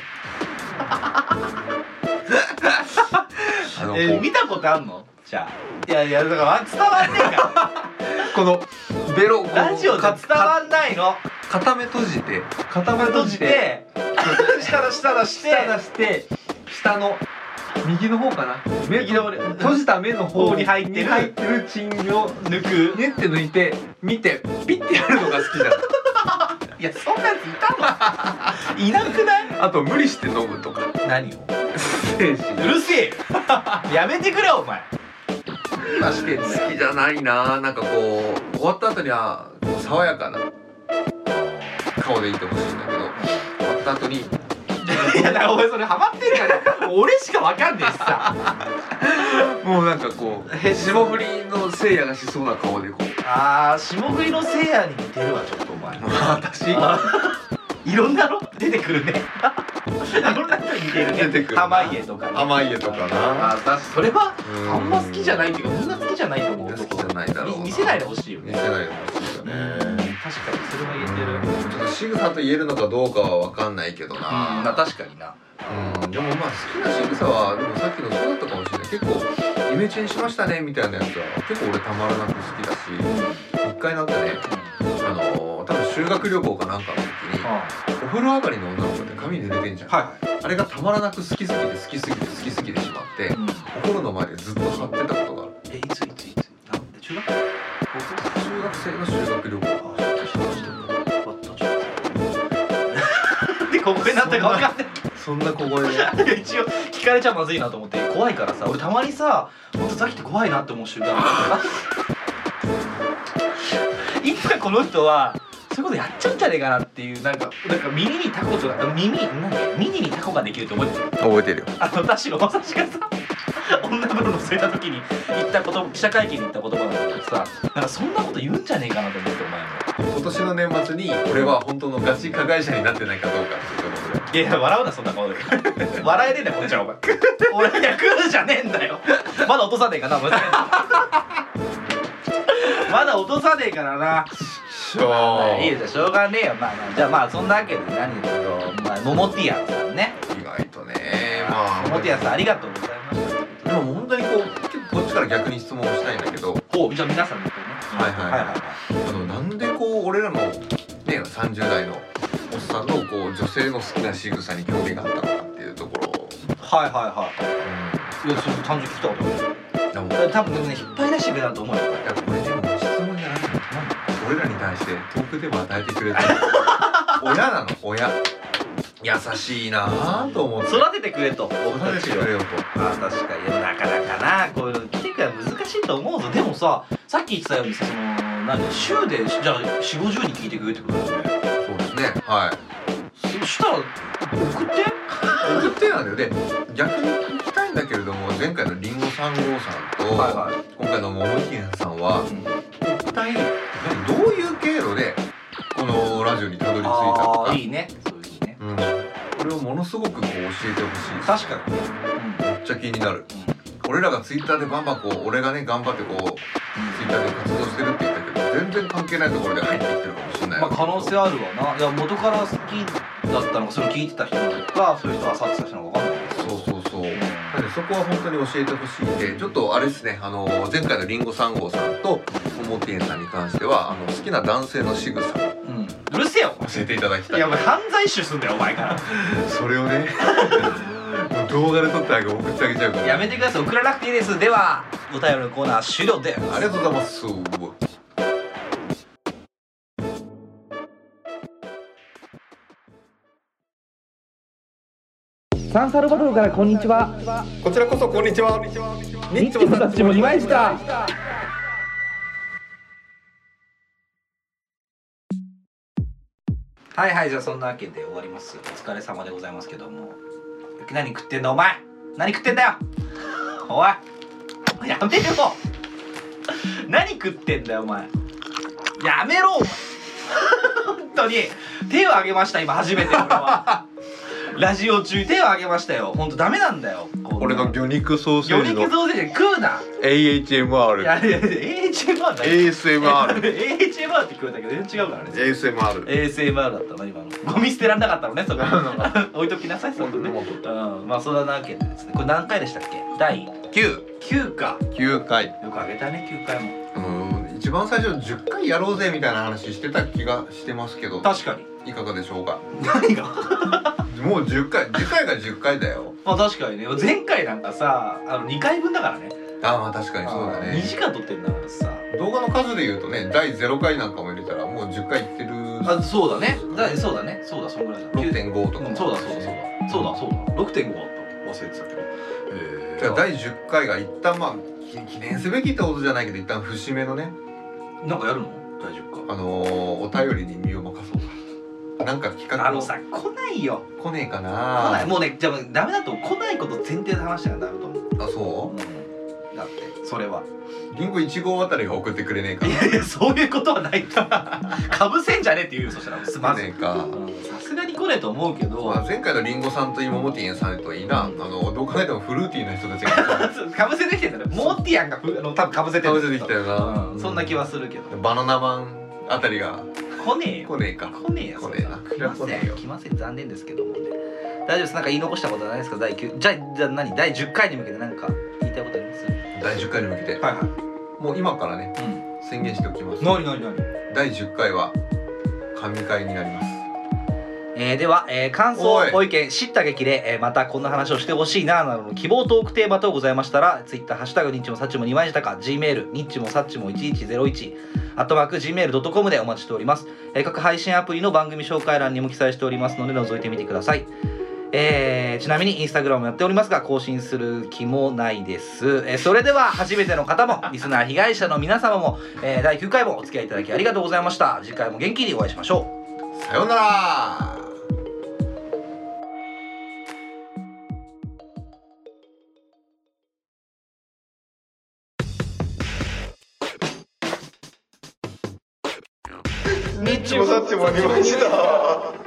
見たことあんの？じゃあいやだから伝わんねえからこのベロラジオで伝わんないの。 片目閉じて下出して下の右の方かな。閉じた目の方に入ってる珍魚を抜く。 ねって抜いて見てピッてやるのが好きじゃん。 いやそんなやついたの？いなくない？ あと無理して飲むとか。 何を？ 精神うるせえよやめてくれお前。今してんだよ。 好きじゃないな。なんかこう終わった後にはこう爽やかな顔でいてほしいんだけど終わった後にいやだからお前それハマってるから俺しかわかんねえしさもうなんかこう霜降りのせいやがしそうな顔でこう霜降りのせいやに似てるわちょっとお前。 私いろんなの出てくるねいろんな人に似てるね。 出てくる濱家とかね。 濱家とかな。 それはあんま好きじゃないっていうかみんな好きじゃないと思う。 好きじゃないだろうな。 見せないでほしいよね。 見せないでほしいよね。 確かにそれは言えてる。 ちょっと仕草と言えるのかどうかは分かんないけどな。 まあ確かにな。 でもまあ好きな仕草はでもさっきのそうだったかもしれない。結構イメチェンしましたねみたいなやつは結構俺たまらなく好きだし、一回なんかね多分修学旅行かなんかの時にお風呂上がりの女の子って髪濡れてんじゃん。あれがたまらなく好きすぎてしまって、お風呂の前でずっと張ってたことがある。 いつなんで中学生の修学旅行。 で小声になったか分かんない。 そんな小声で一応聞かれちゃまずいなと思って怖いからさ。俺たまにさほんとさっきって怖いなって思う瞬間今この人はそういうことやっちゃうんじゃねえかなっていう、なんか耳にタコとか耳にタコができるって覚えてる？ 覚えてるよ。 田代正史がさ女風呂の据えた時に言ったこと記者会見に言った言葉なんだけどさ、なんかそんなこと言うんじゃねえかなと思ってお前も。 今年の年末に俺は本当のガチ加害者になってないかどうかっていうところで。 いや笑うなそんな顔で笑えねえんだよこっちはお前俺ヤクルじゃねえんだよまだ落とさねえかなまだ落とさねえからな。いいですよしょうがねえよ。まあまあじゃあまあそんなわけで何言うと、まあ、モモティアンさんね、 意外とね、まあモモティアンさんありがとうございました。 でも本当にこっちから逆に質問をしたいんだけど、 ほうじゃあ皆さんに言ってね。 なんでこう俺らのね30代のおっさんのこう女性の好きな仕草に興味があったのかっていうところを、 はいはいはい。いやそれ単純に聞いたことない。多分ね引っ張り出してくれたと思うよ。 いやこれでも質問じゃないの。俺らに対してトークでも与えてくれた親なの。親優しいなぁと思って育ててくれと育ててくれよと。 あ確かになかなかなこういうの来てくれ難しいと思うぞ。でもささっき言ってたようにさ週でじゃあ40、50人聞いてくれってことだよね。 そうですね、はい。 そしたら送ってなんだよ。で逆に聞きたいんだけれども、前回のリンゴ3号さんと、今回のモモティアンさんは、一体どういう経路でこのラジオにたどり着いたのか。 いいねそういうのね。 これをものすごくこう教えてほしい。 確かにね、 めっちゃ気になる。俺らがツイッターでバンバンこう俺がね頑張ってこうツイッターで活動してるって言ったけど、全然関係ないところで入ってきてるかもしれない。 まあ可能性あるわな。いや元から好きだったのかそれを聞いてた人なのかそういう人が去ってた人なのか分かんないけど。 そうなんでそこは本当に教えてほしいんで、ちょっとあれですね、前回のリンゴ3号さんとモモティエンさんに関しては好きな男性の仕草をうるせえよ教えていただきたい。 いやお前犯罪集すんだよお前からそれをねもう動画で撮って送ってあげちゃうからやめてください。送らなくていいです。ではお便りのコーナー終了です。 ありがとうございます。 サンサルバドルからこんにちは。 こちらこそこんにちは。 ニッチもサッチも2枚したはいじゃあそんなわけで終わります。お疲れ様でございますけども、何食ってんだお前。何食ってんだよおいやめろ何食ってんだよお前やめろお前本当に手を挙げました今初めて俺はラジオ中手を挙げましたよ。ほんとダメなんだよ。 俺の魚肉ソーセージの魚肉ソーセージ食うな AHMR。 いや AHMR だ ASMR AHMR って聞こえたけど全然違うからね。 ASMR だったな今の。ゴミ捨てらんなかったのねそこ置いときなさいそこね。まあそんなわけでですね、これ何回でしたっけ。第9か。 9回。 よくあげたね9回も。 一番最初10回やろうぜみたいな話してた気がしてますけど、 確かにいかがでしょうか。 何がもう10回次回が10回だよ。 まあ確かにね、前回なんかさ2回分だからね。 まあ確かにそうだね。 2時間撮ってんだからさ。 動画の数で言うとね、第0回なんかも入れたらもう10回いってる。 そうだねそうだねそうだそんぐらいだ。 6.5 とかも。 そうだ 6.5 あった忘れてたけど。 じゃあ第10回が一旦まあ記念すべきってことじゃないけど、一旦節目のね、 なんかやるの第10回。 お便りに身を任そうか。なんか企画をさ来ないよ。 来ねえかな。 来ない。もうねじゃあダメだと来ないこと前提で話したらダメと思う。 あ、そう？ だってそれはリンゴ1号あたりが送ってくれねえか。 いやそういうことはないとかぶせんじゃねえって言うよ。そしたらすまねえか。 さすがに来ねえと思うけど、 前回のリンゴさんとモモティエンさんといいな、どう考えてもフルーティーな人たちがかぶせてきてんだね。モーティアンが多分かぶせてる。 かぶせてきたよな。 そんな気はするけど。 バナナマンあたりが来ねえよ。 来ねえか。 来ねえよ。 来ねえな。 来ません。残念ですけどもね。大丈夫です。なんか言い残したことはないですか。第9じゃあ何第10回に向けて何か言いたいことあります？ 第10回に向けて、もう今からね、宣言しておきます。 何第10回は神回になります。 では、感想ご意見知った激励、またこんな話をしてほしいななどの希望トークテーマ等ございましたら、ツイッターハッシュタグニッチもサッチも2枚舌か Gmail ニッチもサッチも1101@gmail.com でお待ちしております。各配信アプリの番組紹介欄にも記載しておりますので覗いてみてください。 ちなみにインスタグラムやっておりますが更新する気もないです。それでは初めての方もリスナー被害者の皆様も、第9回もお付き合いいただきありがとうございました。次回も元気にお会いしましょう。 さようなら。 ニッチもサッチもありました。